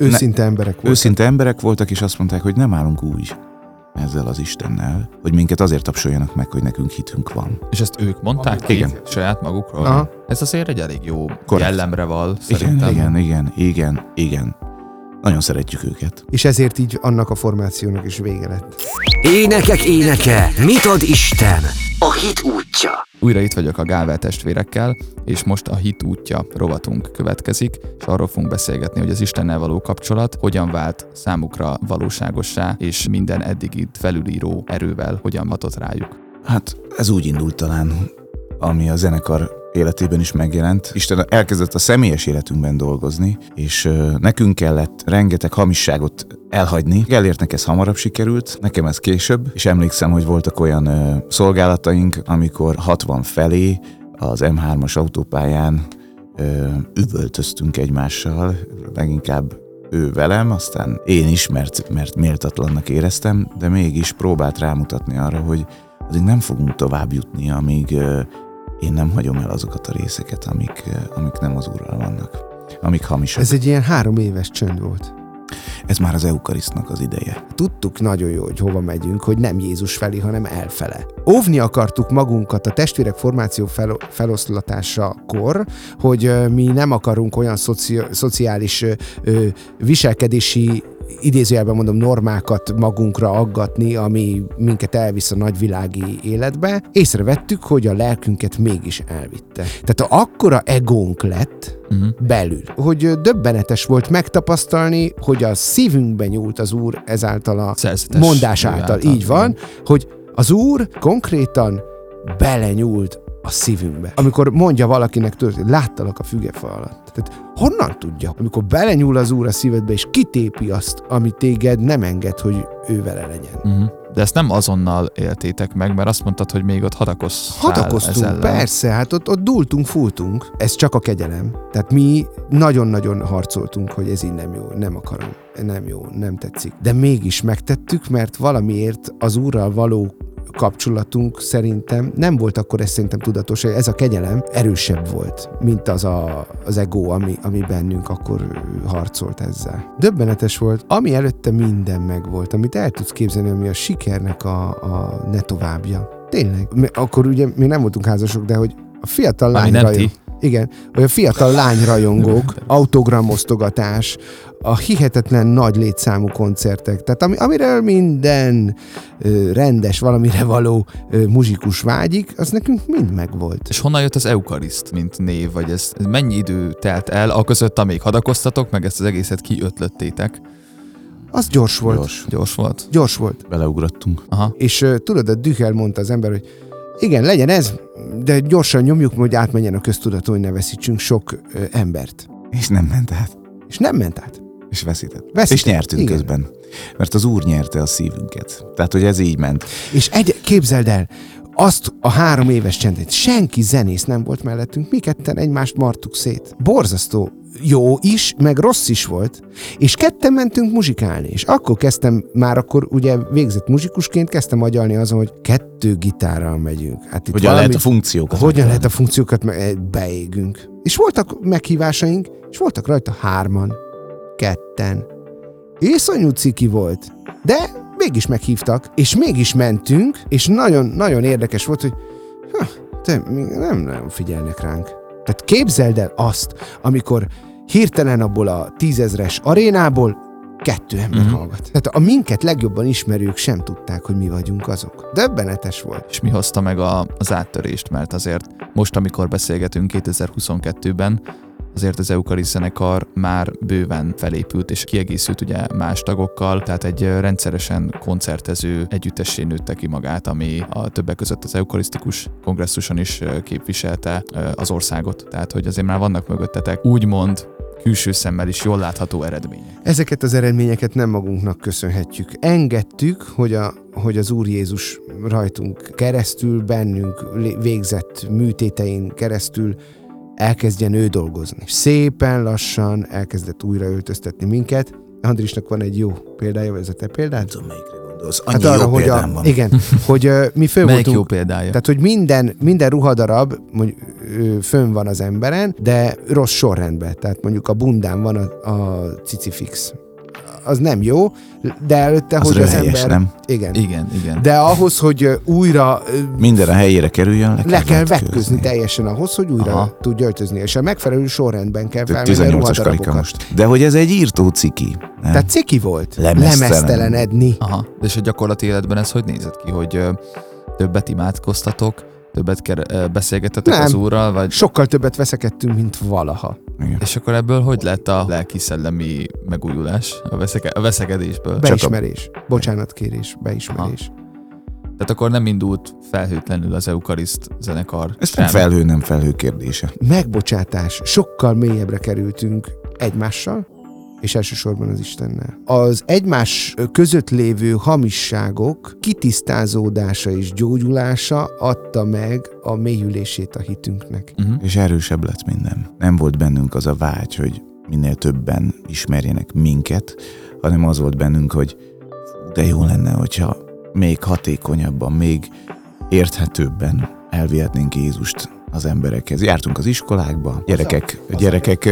őszinte emberek voltak, és azt mondták, hogy nem állunk úgy ezzel az Istennel, hogy minket azért tapsoljanak meg, hogy nekünk hitünk van. És ezt ők mondták ki Igen. saját magukról? Aha. Ez azért egy elég jó Korrekt. jellemre val, szerintem. Igen. Nagyon szeretjük őket. És ezért így annak a formációnak is vége lett. Énekek éneke, mit ad Isten? A hit útja. Újra itt vagyok a Gábel Testvérekkel, és most a Hit útja rovatunk következik, és arról fogunk beszélgetni, hogy az Istennel való kapcsolat hogyan vált számukra valóságossá, és minden eddig felülíró erővel hogyan hatott rájuk. Hát ez úgy indult talán, ami a zenekar életében is megjelent. Isten elkezdett a személyes életünkben dolgozni, és nekünk kellett rengeteg hamisságot elhagyni. Gellértnek ez hamarabb sikerült, nekem ez később, és emlékszem, hogy voltak olyan szolgálataink, amikor 60 felé az M3-as autópályán üvöltöztünk egymással, leginkább ő velem, aztán én is, mert méltatlannak éreztem, de mégis próbált rámutatni arra, hogy addig nem fogunk tovább jutni, amíg én nem hagyom el azokat a részeket, amik nem az Úrral vannak, amik hamisak. Ez egy ilyen 3 éves csönd volt. Ez már az Eukarisztnak az ideje. Tudtuk nagyon jó, hogy hova megyünk, hogy nem Jézus felé, hanem elfele. Óvni akartuk magunkat a testvérek formáció feloszlatásakor, hogy mi nem akarunk olyan szociális viselkedési, idézőjelben mondom, normákat magunkra aggatni, ami minket elvisz a nagyvilági életbe. Észrevettük, hogy a lelkünket mégis elvitte. Tehát akkora egónk lett belül, hogy döbbenetes volt megtapasztalni, hogy a szívünkbe nyúlt az Úr ezáltal a Szerzetes mondás által. Így van, igen. hogy az Úr konkrétan belenyúlt a szívünkbe. Amikor mondja valakinek tőle, hogy láttalak a fügefa alatt. Tehát honnan tudja? Amikor belenyúl az Úr a szívedbe, és kitépi azt, ami téged nem enged, hogy ő vele legyen. De ezt nem azonnal éltétek meg, mert azt mondtad, hogy még ott Hadakoztunk, persze, hát ott dúltunk, fultunk. Ez csak a kegyelem. Tehát mi nagyon-nagyon harcoltunk, hogy ez így nem jó, nem akarom, nem jó, nem tetszik. De mégis megtettük, mert valamiért az Úrral való kapcsolatunk szerintem nem volt akkor, ez szerintem tudatos, hogy ez a kegyelem erősebb volt, mint az ego, ami bennünk akkor harcolt ezzel. Döbbenetes volt, ami előtte minden megvolt, amit el tudsz képzelni, ami a sikernek a ne továbbja. Tényleg. Akkor ugye még nem voltunk házasok, de hogy a fiatal lány igen, hogy a fiatal lányrajongók, autogramosztogatás, a hihetetlen nagy létszámú koncertek, tehát amiről minden rendes, valamire való muzsikus vágyik, az nekünk mind megvolt. És honnan jött az Eukariszt, mint név, vagy ez mennyi idő telt el, aközött, amíg hadakoztatok, meg ezt az egészet kiötlöttétek? Az gyors volt. Gyors volt? Gyors volt. Beleugrottunk. Aha. És tudod, a Dühel mondta az ember, hogy Igen, legyen ez, de gyorsan nyomjuk, hogy átmenjen a köztudaton, hogy ne veszítsünk sok embert. És nem ment át. És nem ment át. És veszített. Veszített, És nyertünk igen. közben. Mert az Úr nyerte a szívünket. Tehát, hogy ez így ment. És képzeld el, azt a 3 éves csendet, senki zenész nem volt mellettünk, mi ketten egymást martuk szét. Borzasztó jó is, meg rossz is volt, és ketten mentünk muzsikálni, és akkor kezdtem, már akkor ugye végzett muzsikusként kezdtem agyalni azon, hogy 2 gitárral megyünk. Hát itt Hogyan lehet a funkciókat? Hogyan lehet a funkciókat beégünk. És voltak meghívásaink, és voltak rajta 3-an, 2-en. Iszonyú ciki volt, de mégis meghívtak, és mégis mentünk, és nagyon-nagyon érdekes volt, hogy nem nagyon figyelnek ránk. Tehát képzeld el azt, amikor hirtelen abból a 10 000-es arénából 2 ember hallgat. Tehát a minket legjobban ismerők sem tudták, hogy mi vagyunk azok. Döbbenetes volt. És mi hozta meg az áttörést, mert azért most, amikor beszélgetünk 2022-ben, azért az Eucharist zenekar már bőven felépült és kiegészült ugye más tagokkal, tehát egy rendszeresen koncertező együttessé nőtte ki magát, ami a többek között az eukarisztikus kongresszuson is képviselte az országot. Tehát, hogy azért már vannak mögöttetek úgymond külső szemmel is jól látható eredmények. Ezeket az eredményeket nem magunknak köszönhetjük. Engedtük, hogy az Úr Jézus rajtunk keresztül, bennünk végzett műtétein keresztül elkezdjen ő dolgozni. Szépen lassan elkezdett újra öltöztetni minket. Andrisnak van egy jó példája, vagy ez a te példád? Nem tudom, melyikre gondolsz. Hát Annyi arra, jó hogy példám van. igen, hogy mi fönn Melyik jó voltunk. példája? Tehát, hogy minden ruhadarab fönn van az emberen, de rossz sorrendben. Tehát mondjuk a bundán van a cicifix. Az nem jó, de előtte, Az hogy az röhelyes, ember... nem? Igen. Igen. De ahhoz, hogy újra Minden a helyére kerüljön, le kell vetközni teljesen ahhoz, hogy újra tudja öltözni. És a megfelelő sorrendben kell felvenni a 18-as karika ruhadarabokat. most. De hogy ez egy írtó ciki. Nem? Tehát ciki volt. Lemeztelen. Lemeztelenedni. Aha. És a gyakorlati életben ez hogy nézett ki, hogy többet imádkoztatok, többet beszélgettetek Nem. az Úrral, vagy... Sokkal többet veszekedtünk, mint valaha. Igen. És akkor ebből hogy lett a lelki-szellemi megújulás a veszekedésből? Beismerés. Bocsánatkérés. Beismerés. Tehát akkor nem indult felhőtlenül az Eucharist zenekar. Ez nem felhő, nem felhő kérdése. Megbocsátás. Sokkal mélyebbre kerültünk egymással, és elsősorban az Istennel. Az egymás között lévő hamisságok kitisztázódása és gyógyulása adta meg a mélyülését a hitünknek. És erősebb lett minden. Nem volt bennünk az a vágy, hogy minél többen ismerjenek minket, hanem az volt bennünk, hogy de jó lenne, hogyha még hatékonyabban, még érthetőbben elvihetnénk Jézust az emberekhez. Jártunk az iskolákba, gyerekek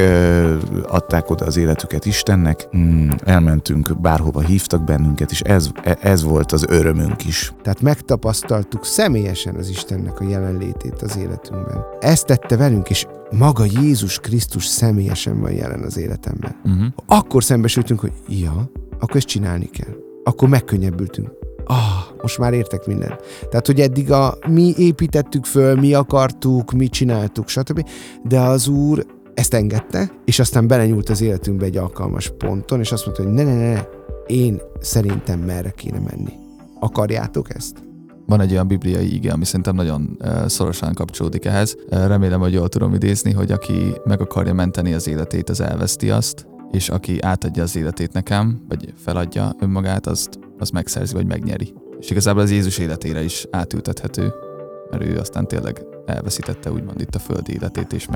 adták oda az életüket Istennek, elmentünk, bárhova hívtak bennünket, és ez volt az örömünk is. Tehát megtapasztaltuk személyesen az Istennek a jelenlétét az életünkben. Ezt tette velünk, és maga Jézus Krisztus személyesen van jelen az életemben. Akkor szembesültünk, hogy akkor ezt csinálni kell. Akkor megkönnyebbültünk. Most már értek mindent. Tehát, hogy eddig mi építettük föl, mi akartuk, mi csináltuk, stb. De az Úr ezt engedte, és aztán belenyúlt az életünkbe egy alkalmas ponton, és azt mondta, hogy ne, én szerintem merre kéne menni. Akarjátok ezt? Van egy olyan bibliai ige, ami szerintem nagyon szorosan kapcsolódik ehhez. Remélem, hogy jól tudom idézni, hogy aki meg akarja menteni az életét, az elveszti azt, és aki átadja az életét nekem, vagy feladja önmagát, az megszerzi, vagy megnyeri. És igazából az Jézus életére is átültethető, mert ő aztán tényleg elveszítette úgymond itt a földi életét, és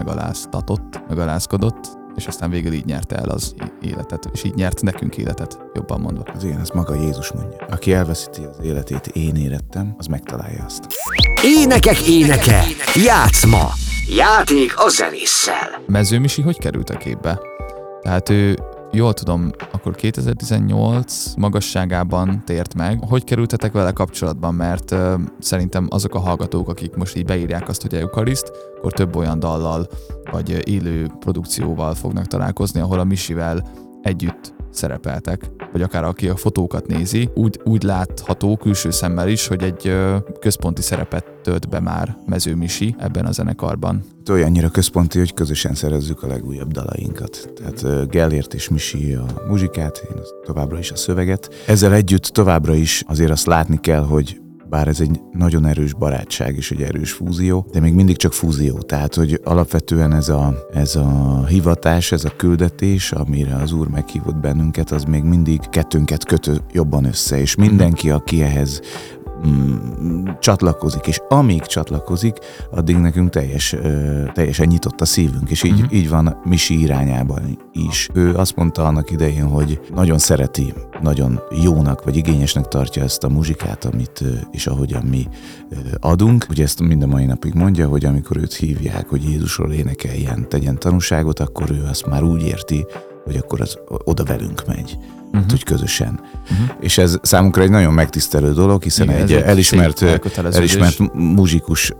megalázkodott, és aztán végül így nyerte el az életet, és így nyert nekünk életet, jobban mondva. Az igen, ezt maga Jézus mondja. Aki elveszíti az életét, én érettem, az megtalálja azt. Énekek éneke, játszma, játék a zenésszel. Mezőmisi hogy került a képbe? Tehát ő, jól tudom, akkor 2018 magasságában tért meg. Hogy kerültetek vele kapcsolatban? Mert szerintem azok a hallgatók, akik most így beírják azt, hogy Eucharist, akkor több olyan dallal vagy élő produkcióval fognak találkozni, ahol a Misivel együtt szerepeltek, vagy akár aki a fotókat nézi, úgy látható külső szemmel is, hogy egy központi szerepet tölt be már Mezőmisi ebben a zenekarban. Olyannyira központi, hogy közösen szerezzük a legújabb dalainkat. Tehát Gellért és Misi a muzsikát, én továbbra is a szöveget. Ezzel együtt továbbra is azért azt látni kell, hogy bár ez egy nagyon erős barátság és egy erős fúzió, de még mindig csak fúzió. Tehát, hogy alapvetően ez a hivatás, ez a küldetés, amire az Úr meghívott bennünket, az még mindig kettőnket kötő jobban össze, és mindenki, aki ehhez csatlakozik, és amíg csatlakozik, addig nekünk teljesen nyitott a szívünk, és így van Misi irányában is. Ő azt mondta annak idején, hogy nagyon szereti, nagyon jónak vagy igényesnek tartja ezt a muzsikát, amit és ahogyan mi adunk. Ugye ezt minden mai napig mondja, hogy amikor őt hívják, hogy Jézusról énekeljen, tegyen tanúságot, akkor ő azt már úgy érti, hogy akkor az oda velünk megy. Hogy közösen. És ez számunkra egy nagyon megtisztelő dolog, hiszen igen, egy elismert muzsikus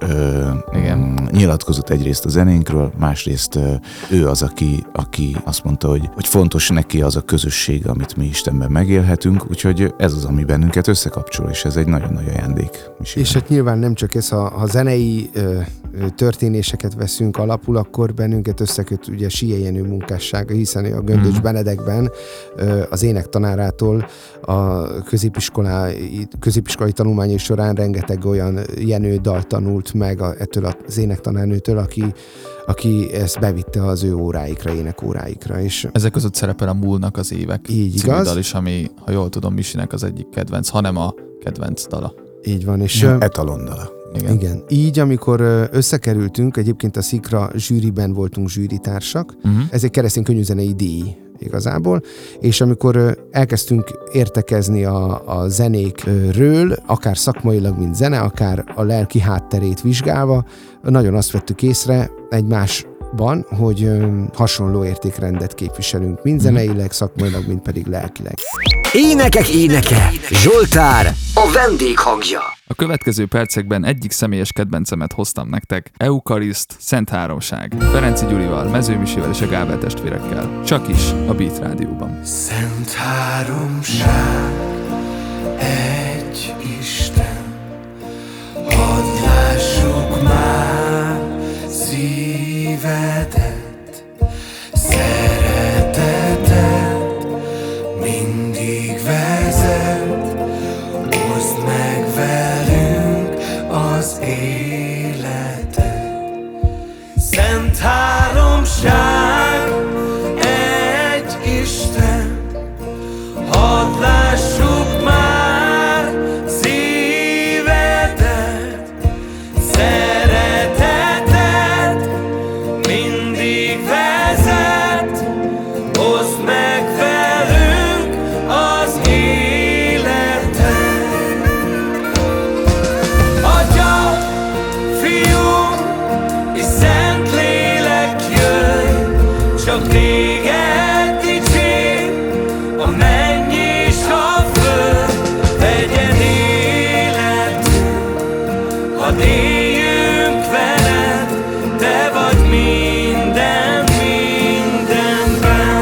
nyilatkozott egyrészt a zenénkről, másrészt ő az, aki azt mondta, hogy fontos neki az a közösség, amit mi Istenben megélhetünk, úgyhogy ez az, ami bennünket összekapcsol, és ez egy nagyon nagy ajándék. És hát nyilván nem csak ez, ha zenei történéseket veszünk alapul, akkor bennünket összeköt ugye Siei Jenő munkássága, hiszen a Göndöcs Benedekben az énektanárától a középiskolai tanulmányai során rengeteg olyan Jenő dalt tanult meg ettől az énektanárnőtől, aki ezt bevitte az ő óráikra, énekóráikra. És ezek között szerepel a Múlnak az évek. Így igaz. Dal is, ami, ha jól tudom, Misinek az egyik kedvenc, hanem a kedvenc dala. Így van. És etalondala. Igen. Így, amikor összekerültünk, egyébként a Szikra zsűriben voltunk zsűritársak, ez egy keresztény könnyűzenei díj igazából, és amikor elkezdtünk értekezni a zenékről, akár szakmailag, mint zene, akár a lelki hátterét vizsgálva, nagyon azt vettük észre egymásban, hogy hasonló értékrendet képviselünk, mind zeneileg, szakmailag, mind pedig lelkileg. Énekek éneke, Zsoltár, a vendéghangja. A következő percekben egyik személyes kedvencemet hoztam nektek, Eukariszt, Szent Háromság, Ferenczy Gyurival, Mező Misivel és a Gábel testvérekkel. Csak is a Beat Rádióban. Szent Háromság, egy Isten, hadd lássuk már szívedet, szereteted mindig vezet, oszd meg velünk az életet. Szent Háromság, egy Isten, hadd lássuk már szívedet, szereteted mindig vezet, oszd meg velünk az életet. Atya, Fiú és Szentlélek, jöjj, csak téged dicsér a menny és a föld, legyen életünk, hadd éljünk veled, te vagy minden mindenben.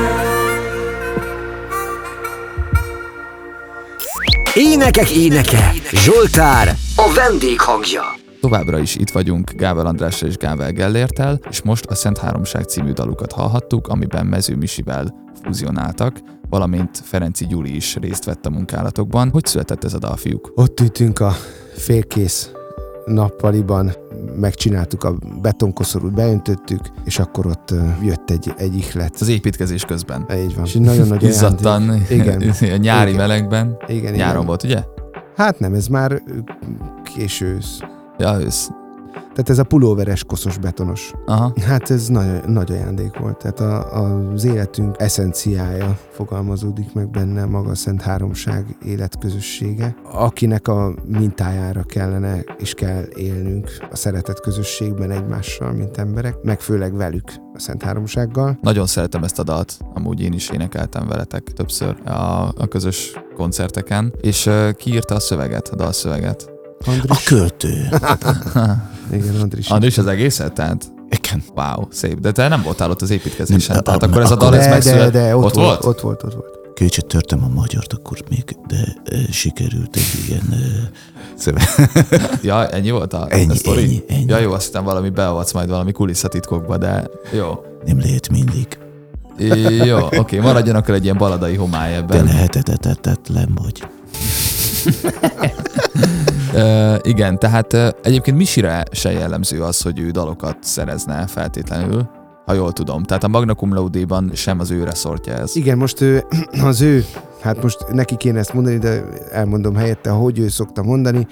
Énekek éneke, Zsoltár, a vendéghangja. Továbbra is itt vagyunk Gábel Andrással és Gábel Gellérttel, és most a Szent Háromság című dalukat hallhattuk, amiben Mező Misivel fúzionáltak, valamint Ferenczy Gyuri is részt vett a munkálatokban. Hogy született ez a dal, fiúk? Ott ültünk a félkész nappaliban, megcsináltuk a betonkoszorút, beöntöttük, és akkor ott jött egy ihlet. Az építkezés közben. Így van. És nagyon nagy izzadtan, igen. A nyári Igen. melegben. Igen, Nyáron igen. volt, ugye? Hát nem, ez már késő ősz. Ja, ősz. Tehát ez a pulóveres, koszos, betonos. Aha. Hát ez nagy ajándék volt. Tehát az életünk eszenciája fogalmazódik meg benne, maga a Szent Háromság életközössége, akinek a mintájára kellene és kell élnünk a szeretet közösségben egymással, mint emberek, meg főleg velük, a Szent Háromsággal. Nagyon szeretem ezt a dalt, amúgy én is énekeltem veletek többször a közös koncerteken, és ki írta a szöveget, a dalszöveget? Andris. A költő. Igen, Andris. Andris az egészet? Tehát? Igen. Wow, szép. De te nem voltál ott az építkezésen, Nem, tehát akkor ez a dal De, ez megszület. de ott volt? Ott volt. Kicsit törtem a magyart akkor még, de sikerült egy ilyen szöveg. Ja, ennyi volt a sztori? Ennyi. Ja, jó, azt hittem valami beavatsz majd valami kulisszatitkokba, de jó. Nem lehet mindig. Jó, oké, maradjon akkor egy ilyen baladai homály Te ebben. lehetetetlen vagy. Igen, tehát egyébként Misire se jellemző az, hogy ő dalokat szerezne feltétlenül, ha jól tudom. Tehát a Magna Cum Laude-ban sem az ő reszortja ez. Igen, most az ő, hát most neki kéne ezt mondani, de elmondom helyette, ahogy ő szokta mondani,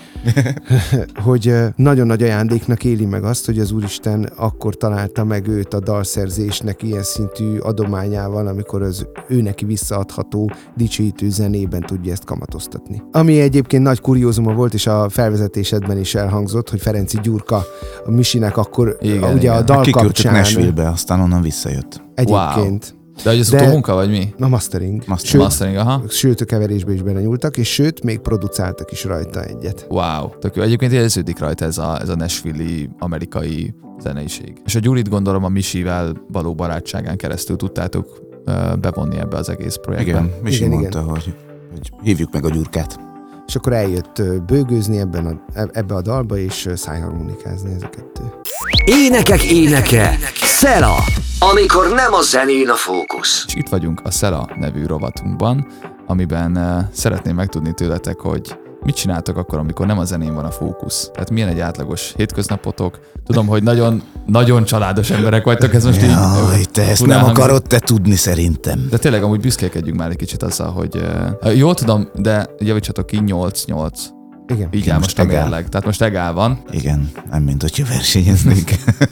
hogy nagyon nagy ajándéknak éli meg azt, hogy az Úristen akkor találta meg őt a dalszerzésnek ilyen szintű adományával, amikor az ő neki visszaadható, dicsőítő zenében tudja ezt kamatoztatni. Ami egyébként nagy kuriózuma volt, és a felvezetésedben is elhangzott, hogy Ferenci Gyurka a Misinek akkor ugye a dal Kiküldtük kapcsán... Nashville-be, aztán onnan visszajött. Egyébként. Wow. De hogy ez utómunka, vagy mi? A mastering. Mastering, aha. Sőt, a keverésbe is belenyúltak, és sőt, még producáltak is rajta egyet. Wow, tök jó. Egyébként érződik rajta ez a Nashville-i amerikai zeneiség. És a Gyurit gondolom a Misivel való barátságán keresztül tudtátok bevonni ebbe az egész projektbe. Igen, Misi Igen, mondta, hogy hívjuk meg a Gyurkát. És akkor eljött bőgőzni ebbe a dalba, és szájharmonikázni ez a kettő. Énekek éneke, Szela, amikor nem a zenén a fókusz. És itt vagyunk a Szela nevű rovatunkban, amiben szeretném megtudni tőletek, hogy mit csináltok akkor, amikor nem a zenén van a fókusz? Tehát milyen egy átlagos hétköznapotok? Tudom, hogy nagyon, nagyon családos emberek vagytok, ez most Jaj, így... te ezt furán nem hangzik. akarod te tudni szerintem. De tényleg amúgy büszkélkedjünk már egy kicsit azzal, hogy jól tudom, de javítsatok ki 8-8. Igen. Így áll most a egál. mérleg. Tehát most egál van. Igen, nem mint hogyha versenyeznénk.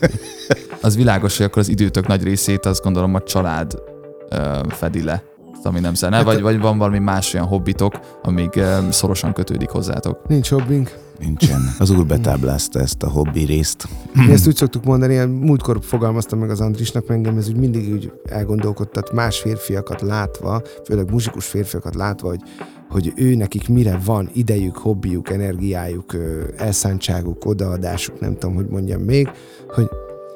Az világos, hogy akkor az időtök nagy részét azt gondolom a család fedi le, ami nem zene, vagy van valami más olyan hobbitok, amíg szorosan kötődik hozzátok. Nincs hobbink. Nincsen. Az úr betáblázta ezt a hobbi részt. Mi ezt úgy szoktuk mondani, múltkor fogalmaztam meg az Andrisnak, engem ez úgy mindig úgy elgondolkodtat más férfiakat látva, főleg muzsikus férfiakat látva, hogy ő nekik mire van idejük, hobbijuk, energiájuk, elszántságuk, odaadásuk, nem tudom, hogy mondjam még, hogy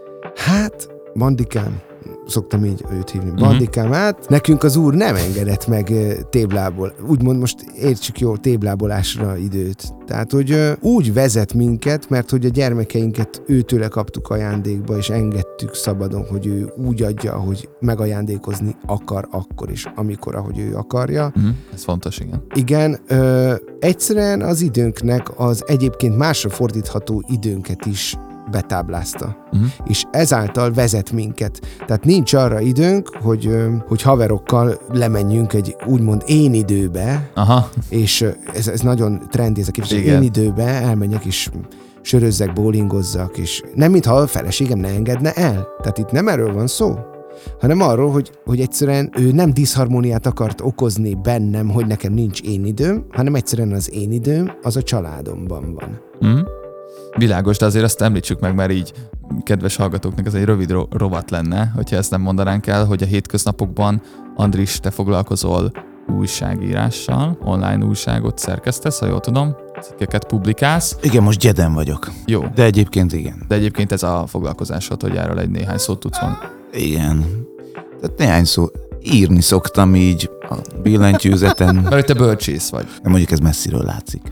hát, Bandikám, szoktam így őt hívni, Bandikám, hát nekünk az úr nem engedett meg téblából, úgymond most értsük jól, téblábolásra időt. Tehát, hogy úgy vezet minket, mert hogy a gyermekeinket őtőle kaptuk ajándékba, és engedtük szabadon, hogy ő úgy adja, hogy megajándékozni akar akkor is, amikor, ahogy ő akarja. Ez fontos, igen. Igen, egyszerűen az időnknek az egyébként másra fordítható időnket is betáblázta. És ezáltal vezet minket. Tehát nincs arra időnk, hogy haverokkal lemenjünk egy úgymond én időbe, Aha. és ez nagyon trendi, ez a képzés, Igen. én időbe elmenjek, és sörözzek, bowlingozzak, és nem mintha a feleségem ne engedne el. Tehát itt nem erről van szó, hanem arról, hogy egyszerűen ő nem diszharmóniát akart okozni bennem, hogy nekem nincs én időm, hanem egyszerűen az én időm az a családomban van. Világos, de azért azt említsük meg, mert így kedves hallgatóknak ez egy rövid rovat lenne, hogyha ezt nem mondanánk el, hogy a hétköznapokban, Andris, te foglalkozol újságírással, online újságot szerkesztesz, ha jól tudom, cikkeket publikálsz. Igen, most gyeden vagyok. Jó. De egyébként igen. De egyébként ez a foglalkozásod, hogy erről egy néhány szót tudsz mondani. Igen. Tehát néhány szó. Írni szoktam így a billentyűzeten. Mert hogy te bölcsész vagy. De mondjuk ez messziről látszik.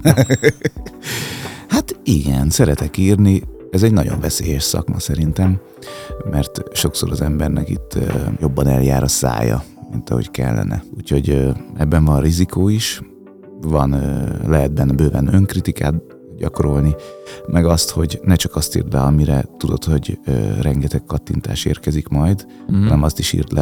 Hát igen, szeretek írni. Ez egy nagyon veszélyes szakma szerintem, mert sokszor az embernek itt jobban eljár a szája, mint ahogy kellene. Úgyhogy ebben van rizikó is, lehet benne bőven önkritikát gyakorolni, meg azt, hogy ne csak azt írd le, amire tudod, hogy rengeteg kattintás érkezik majd, hanem azt is írd le,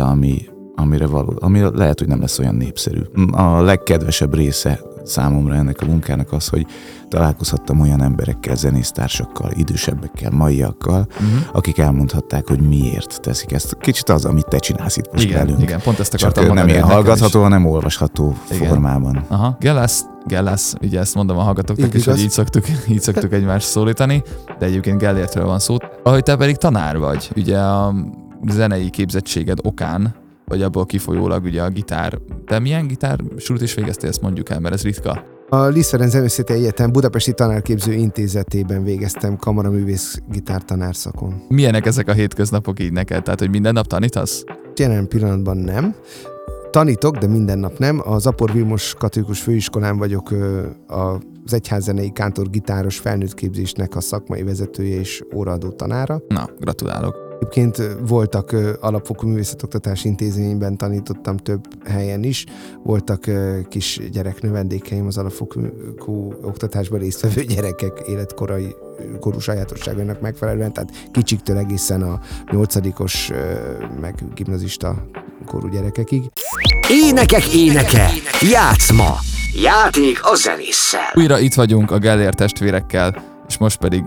ami lehet, hogy nem lesz olyan népszerű. A legkedvesebb része számomra ennek a munkának az, hogy találkozhattam olyan emberekkel, zenésztársakkal, idősebbekkel, maiakkal, akik elmondhatták, hogy miért teszik ezt. Kicsit az, amit te csinálsz itt most velünk. Igen, pont ezt akartam Csak mondani. nem ilyen nekem hallgatható, is. hanem olvasható formában. Aha, Gellász, ugye ezt mondom a hallgatóknak Így is, hogy igaz. így szoktuk egymást szólítani, de egyébként Gellértről van szó. Ahogy te pedig tanár vagy, ugye a zenei képzettséged okán, vagy abból kifolyólag ugye a gitár. Te milyen gitársulit is végeztél, ezt mondjuk el, mert ez ritka. A Liszt Ferenc Zenőszéti Egyetem Budapesti Tanárképző Intézetében végeztem kamaraművész gitártanárszakon. Milyenek ezek a hétköznapok így neked? Tehát, hogy minden nap tanítasz? Jelen pillanatban nem. Tanítok, de minden nap nem. Az Apor Vilmos Katolikus Főiskolán vagyok az egyházzenei kántor gitáros felnőtt képzésnek a szakmai vezetője és óraadó tanára. Na, gratulálok. Egyébként voltak alapfokú művészetoktatási intézményben, tanítottam több helyen is. Voltak kis gyereknövendékeim az alapfokú oktatásban résztvevő gyerekek életkorú sajátosságainak megfelelően, tehát kicsiktől egészen a 8-os meg gimnazista korú gyerekekig. Énekek éneke, játszma, játék a zenésszel. Újra itt vagyunk a Gellért testvérekkel, és most pedig...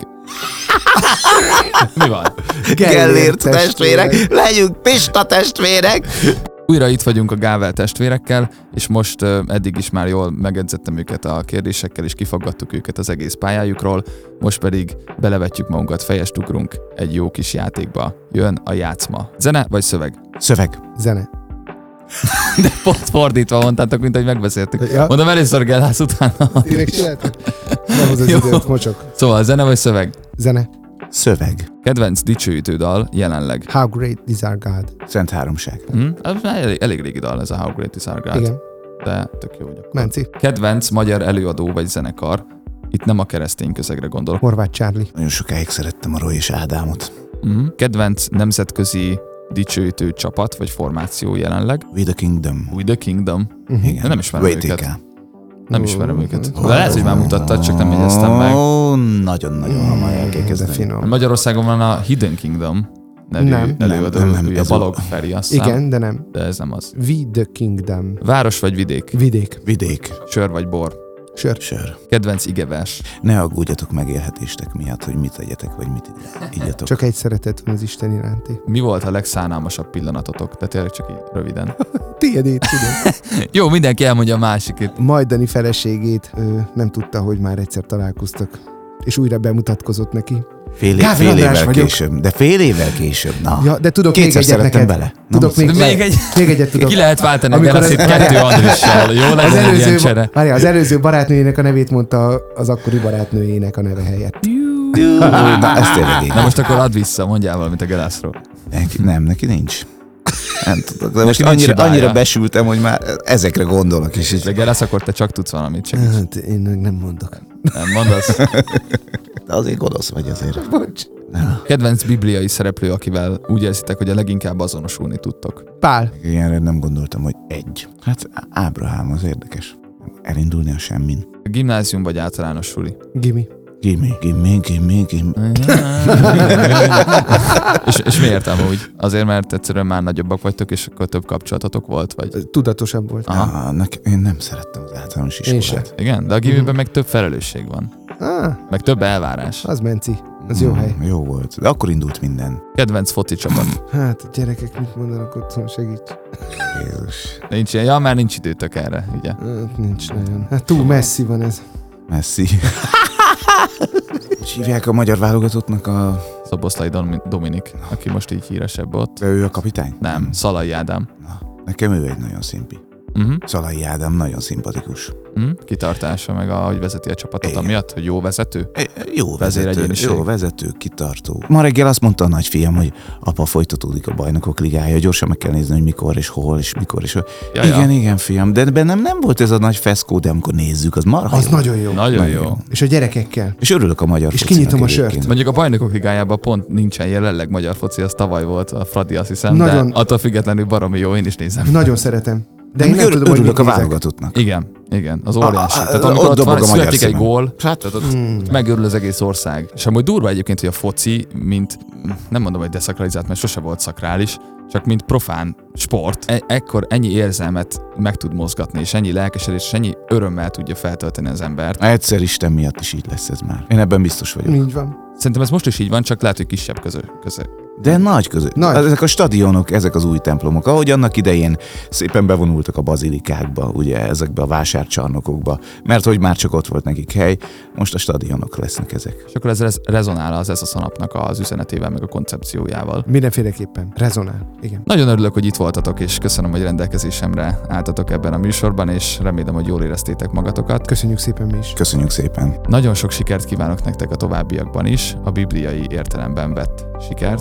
Mi van? Gellért testvérek, legyünk Pista testvérek! Újra itt vagyunk a Gável testvérekkel, és most eddig is már jól megedzettem őket a kérdésekkel, és kifaggattuk őket az egész pályájukról, most pedig belevetjük magunkat, fejest ugrunk egy jó kis játékba. Jön a játszma. Zene vagy szöveg? Szöveg. Zene. De pont fordítva mondtátok, mint ahogy megbeszéltük. Ja. Mondom először Gellász, utána. Tényleg csináltad? Nem az Jó. időt, mocsok. Szóval zene vagy szöveg? Zene. Szöveg. Kedvenc dicsőítő dal jelenleg. How great is our God. Szent Háromság. Ez már elég régi dal ez a How Great Is Our God. Igen. De tök jó vagyok. Menci. Kedvenc magyar előadó vagy zenekar. Itt nem a keresztény közegre gondolok. Horváth Charlie. Nagyon sokáig szerettem a Roy és Ádámot. Kedvenc nemzetközi dicsőítő csapat vagy formáció jelenleg. We the Kingdom. We the Kingdom. Igen. De nem ismerem VTK. őket. Nem ismerem őket. De lehet, hogy már mutattad, csak nem jegyeztem meg. Nagyon-nagyon hamar el kell De kezdeni. finom. Magyarországon van a Hidden Kingdom nevű Nem. előadó, Nem, ugye ez Balogh Feri, azt hiszem, Igen, de nem. de ez nem az. We the Kingdom. Város vagy vidék? Vidék. Vidék. Sör vagy bor? Sör. Sör. Kedvenc igevers? Ne aggódjatok megélhetéstek miatt, hogy mit tegyetek, vagy mit igyatok. Csak egy szeretet van az Isten iránti. Mi volt a legszánalmasabb pillanatotok? De tényleg csak így röviden. Tiédét, tudom. Jó, mindenki elmondja a másikét. Majdani feleségét nem tudta, hogy már egyszer találkoztak. És újra bemutatkozott neki. Fél Gábor András évvel vagyok. később. De fél évvel később. Na. Ja, de tudok Kétszer még egyet szerettem neked. bele. Tudok még, Még egy- még egyet tudok. Ki lehet váltani a Amikor Galaxit az- 2 Andrissal? Jó Az legyen egy ilyen csere. az előző barátnőjének a nevét mondta az akkori barátnőjének a neve helyett. Na, ez tényleg így. Na most akkor add vissza, mondjál valamit a Galászról. Neki nincs. Nem tudok. De most nincs hibája. annyira besültem, hogy már ezekre gondolok is. De Galász, akkor te csak tudsz valamit, segíts. Hát én meg nem mondok. Nem mondasz. De azért gonosz vagy azért. Bocs. Kedvenc bibliai szereplő, akivel úgy érzitek, hogy a leginkább azonosulni tudtok. Pál. Ilyenre nem gondoltam, hogy egy. Hát Ábrahám az érdekes. Elindulni a semmin. Gimnázium vagy általános suli? Gimi. Gimme. és miért amúgy? Azért, mert egyszerűen már nagyobbak vagytok, és akkor több kapcsolatotok volt, vagy? Tudatosabb volt. Én nem szerettem az általános Én iskolát. Igen, de a gimiben meg több felelősség van. Meg több elvárás. Az Menci. Az jó hely. Jó volt. De akkor indult minden. Kedvenc foci csapat. Hát gyerekek mit mondanak otthon, segíts. Jézus. Nincs ilyen, ja, már nincs időtök erre, ugye? Hát nincs nagyon. Hát túl messzi van ez. Messzi. És hívják a magyar válogatottnak a... Szoboszlai Dominik, aki most így híresebb ott. De ő a kapitány? Nem, Szalai Ádám. Na, nekem ő egy nagyon szimpi. Szalai Ádám nagyon szimpatikus. Kitartása, meg ahogy vezeti a csapatot, Igen. amiatt, hogy jó vezető. Jó Vezéregyéniség. vezető, jó vezető, kitartó. Ma reggel azt mondta a nagyfiam, hogy apa, folytatódik a bajnokok ligája, gyorsan meg kell nézni, hogy mikor és hol, és mikor és hol. Ja. Igen, fiam, de bennem nem volt ez a nagy feszkó, de amikor nézzük, az marha Az jó. nagyon jó. Nagyon jó. És a gyerekekkel. És örülök a magyar És focinak kinyitom a egyébként. sört. Mondjuk a bajnokok ligájában pont nincsen jelenleg magyar foci, az tavaly volt a Fradi, azt hiszem, Nagyon. de attól függetlenül baromi jó, én is nézem. Nagyon szeretem. De De én nem tudom, hogy örülök mit a nézek. válogatottnak. Igen, az óriási. Tehát ott amikor ott dobog van, a magyar születik egy színem. gól, tehát ott megörül az egész ország. És amúgy durva egyébként, hogy a foci, mint, nem mondom, hogy deszakralizált, mert sose volt szakrális, csak mint profán sport, ekkor ennyi érzelmet meg tud mozgatni, és ennyi lelkesedés, és ennyi örömmel tudja feltölteni az embert. Egyszer Isten miatt is így lesz ez már. Én ebben biztos vagyok. Így van. Szerintem ez most is így van, csak lehet, hogy kisebb között. De nagy között. Nagy. Ezek a stadionok, ezek az új templomok, ahogy annak idején szépen bevonultak a bazilikákba, ugye ezekbe a vásárcsarnokokba, mert hogy már csak ott volt nekik hely, most a stadionok lesznek ezek. És akkor ez rezonál az Ez a napnak az üzenetével, meg a koncepciójával. Mindenféleképpen. Rezonál. Igen. Nagyon örülök, hogy itt voltatok, és köszönöm, hogy rendelkezésemre álltatok ebben a műsorban, és remélem, hogy jól éreztétek magatokat. Köszönjük szépen mi is. Köszönjük szépen. Nagyon sok sikert kívánok nektek a továbbiakban is, a bibliai értelemben vett sikert,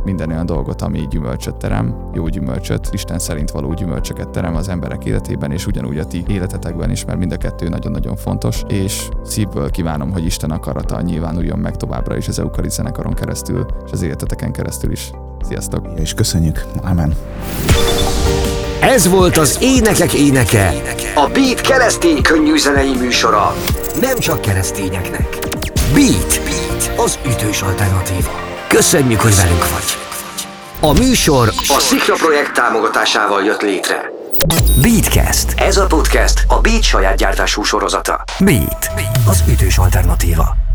minden olyan dolgot, ami gyümölcsöt terem, jó gyümölcsöt, Isten szerint való gyümölcsöket terem az emberek életében, és ugyanúgy a ti életetekben is, mert mind a kettő nagyon-nagyon fontos, és szívből kívánom, hogy Isten akarata nyilvánuljon meg továbbra is az Eukariszt zenekaron keresztül, és az életeteken keresztül is. Sziasztok! És köszönjük. Amen. Ez volt az Énekek éneke, a Beat keresztény könnyűzenei műsora. Nem csak keresztényeknek. Beat, az ütős alternatíva. Köszönjük, hogy velünk vagy. A műsor a Szikra projekt támogatásával jött létre. Beatcast. Ez a podcast a Beat saját gyártású sorozata. Beat, az ütős alternatíva.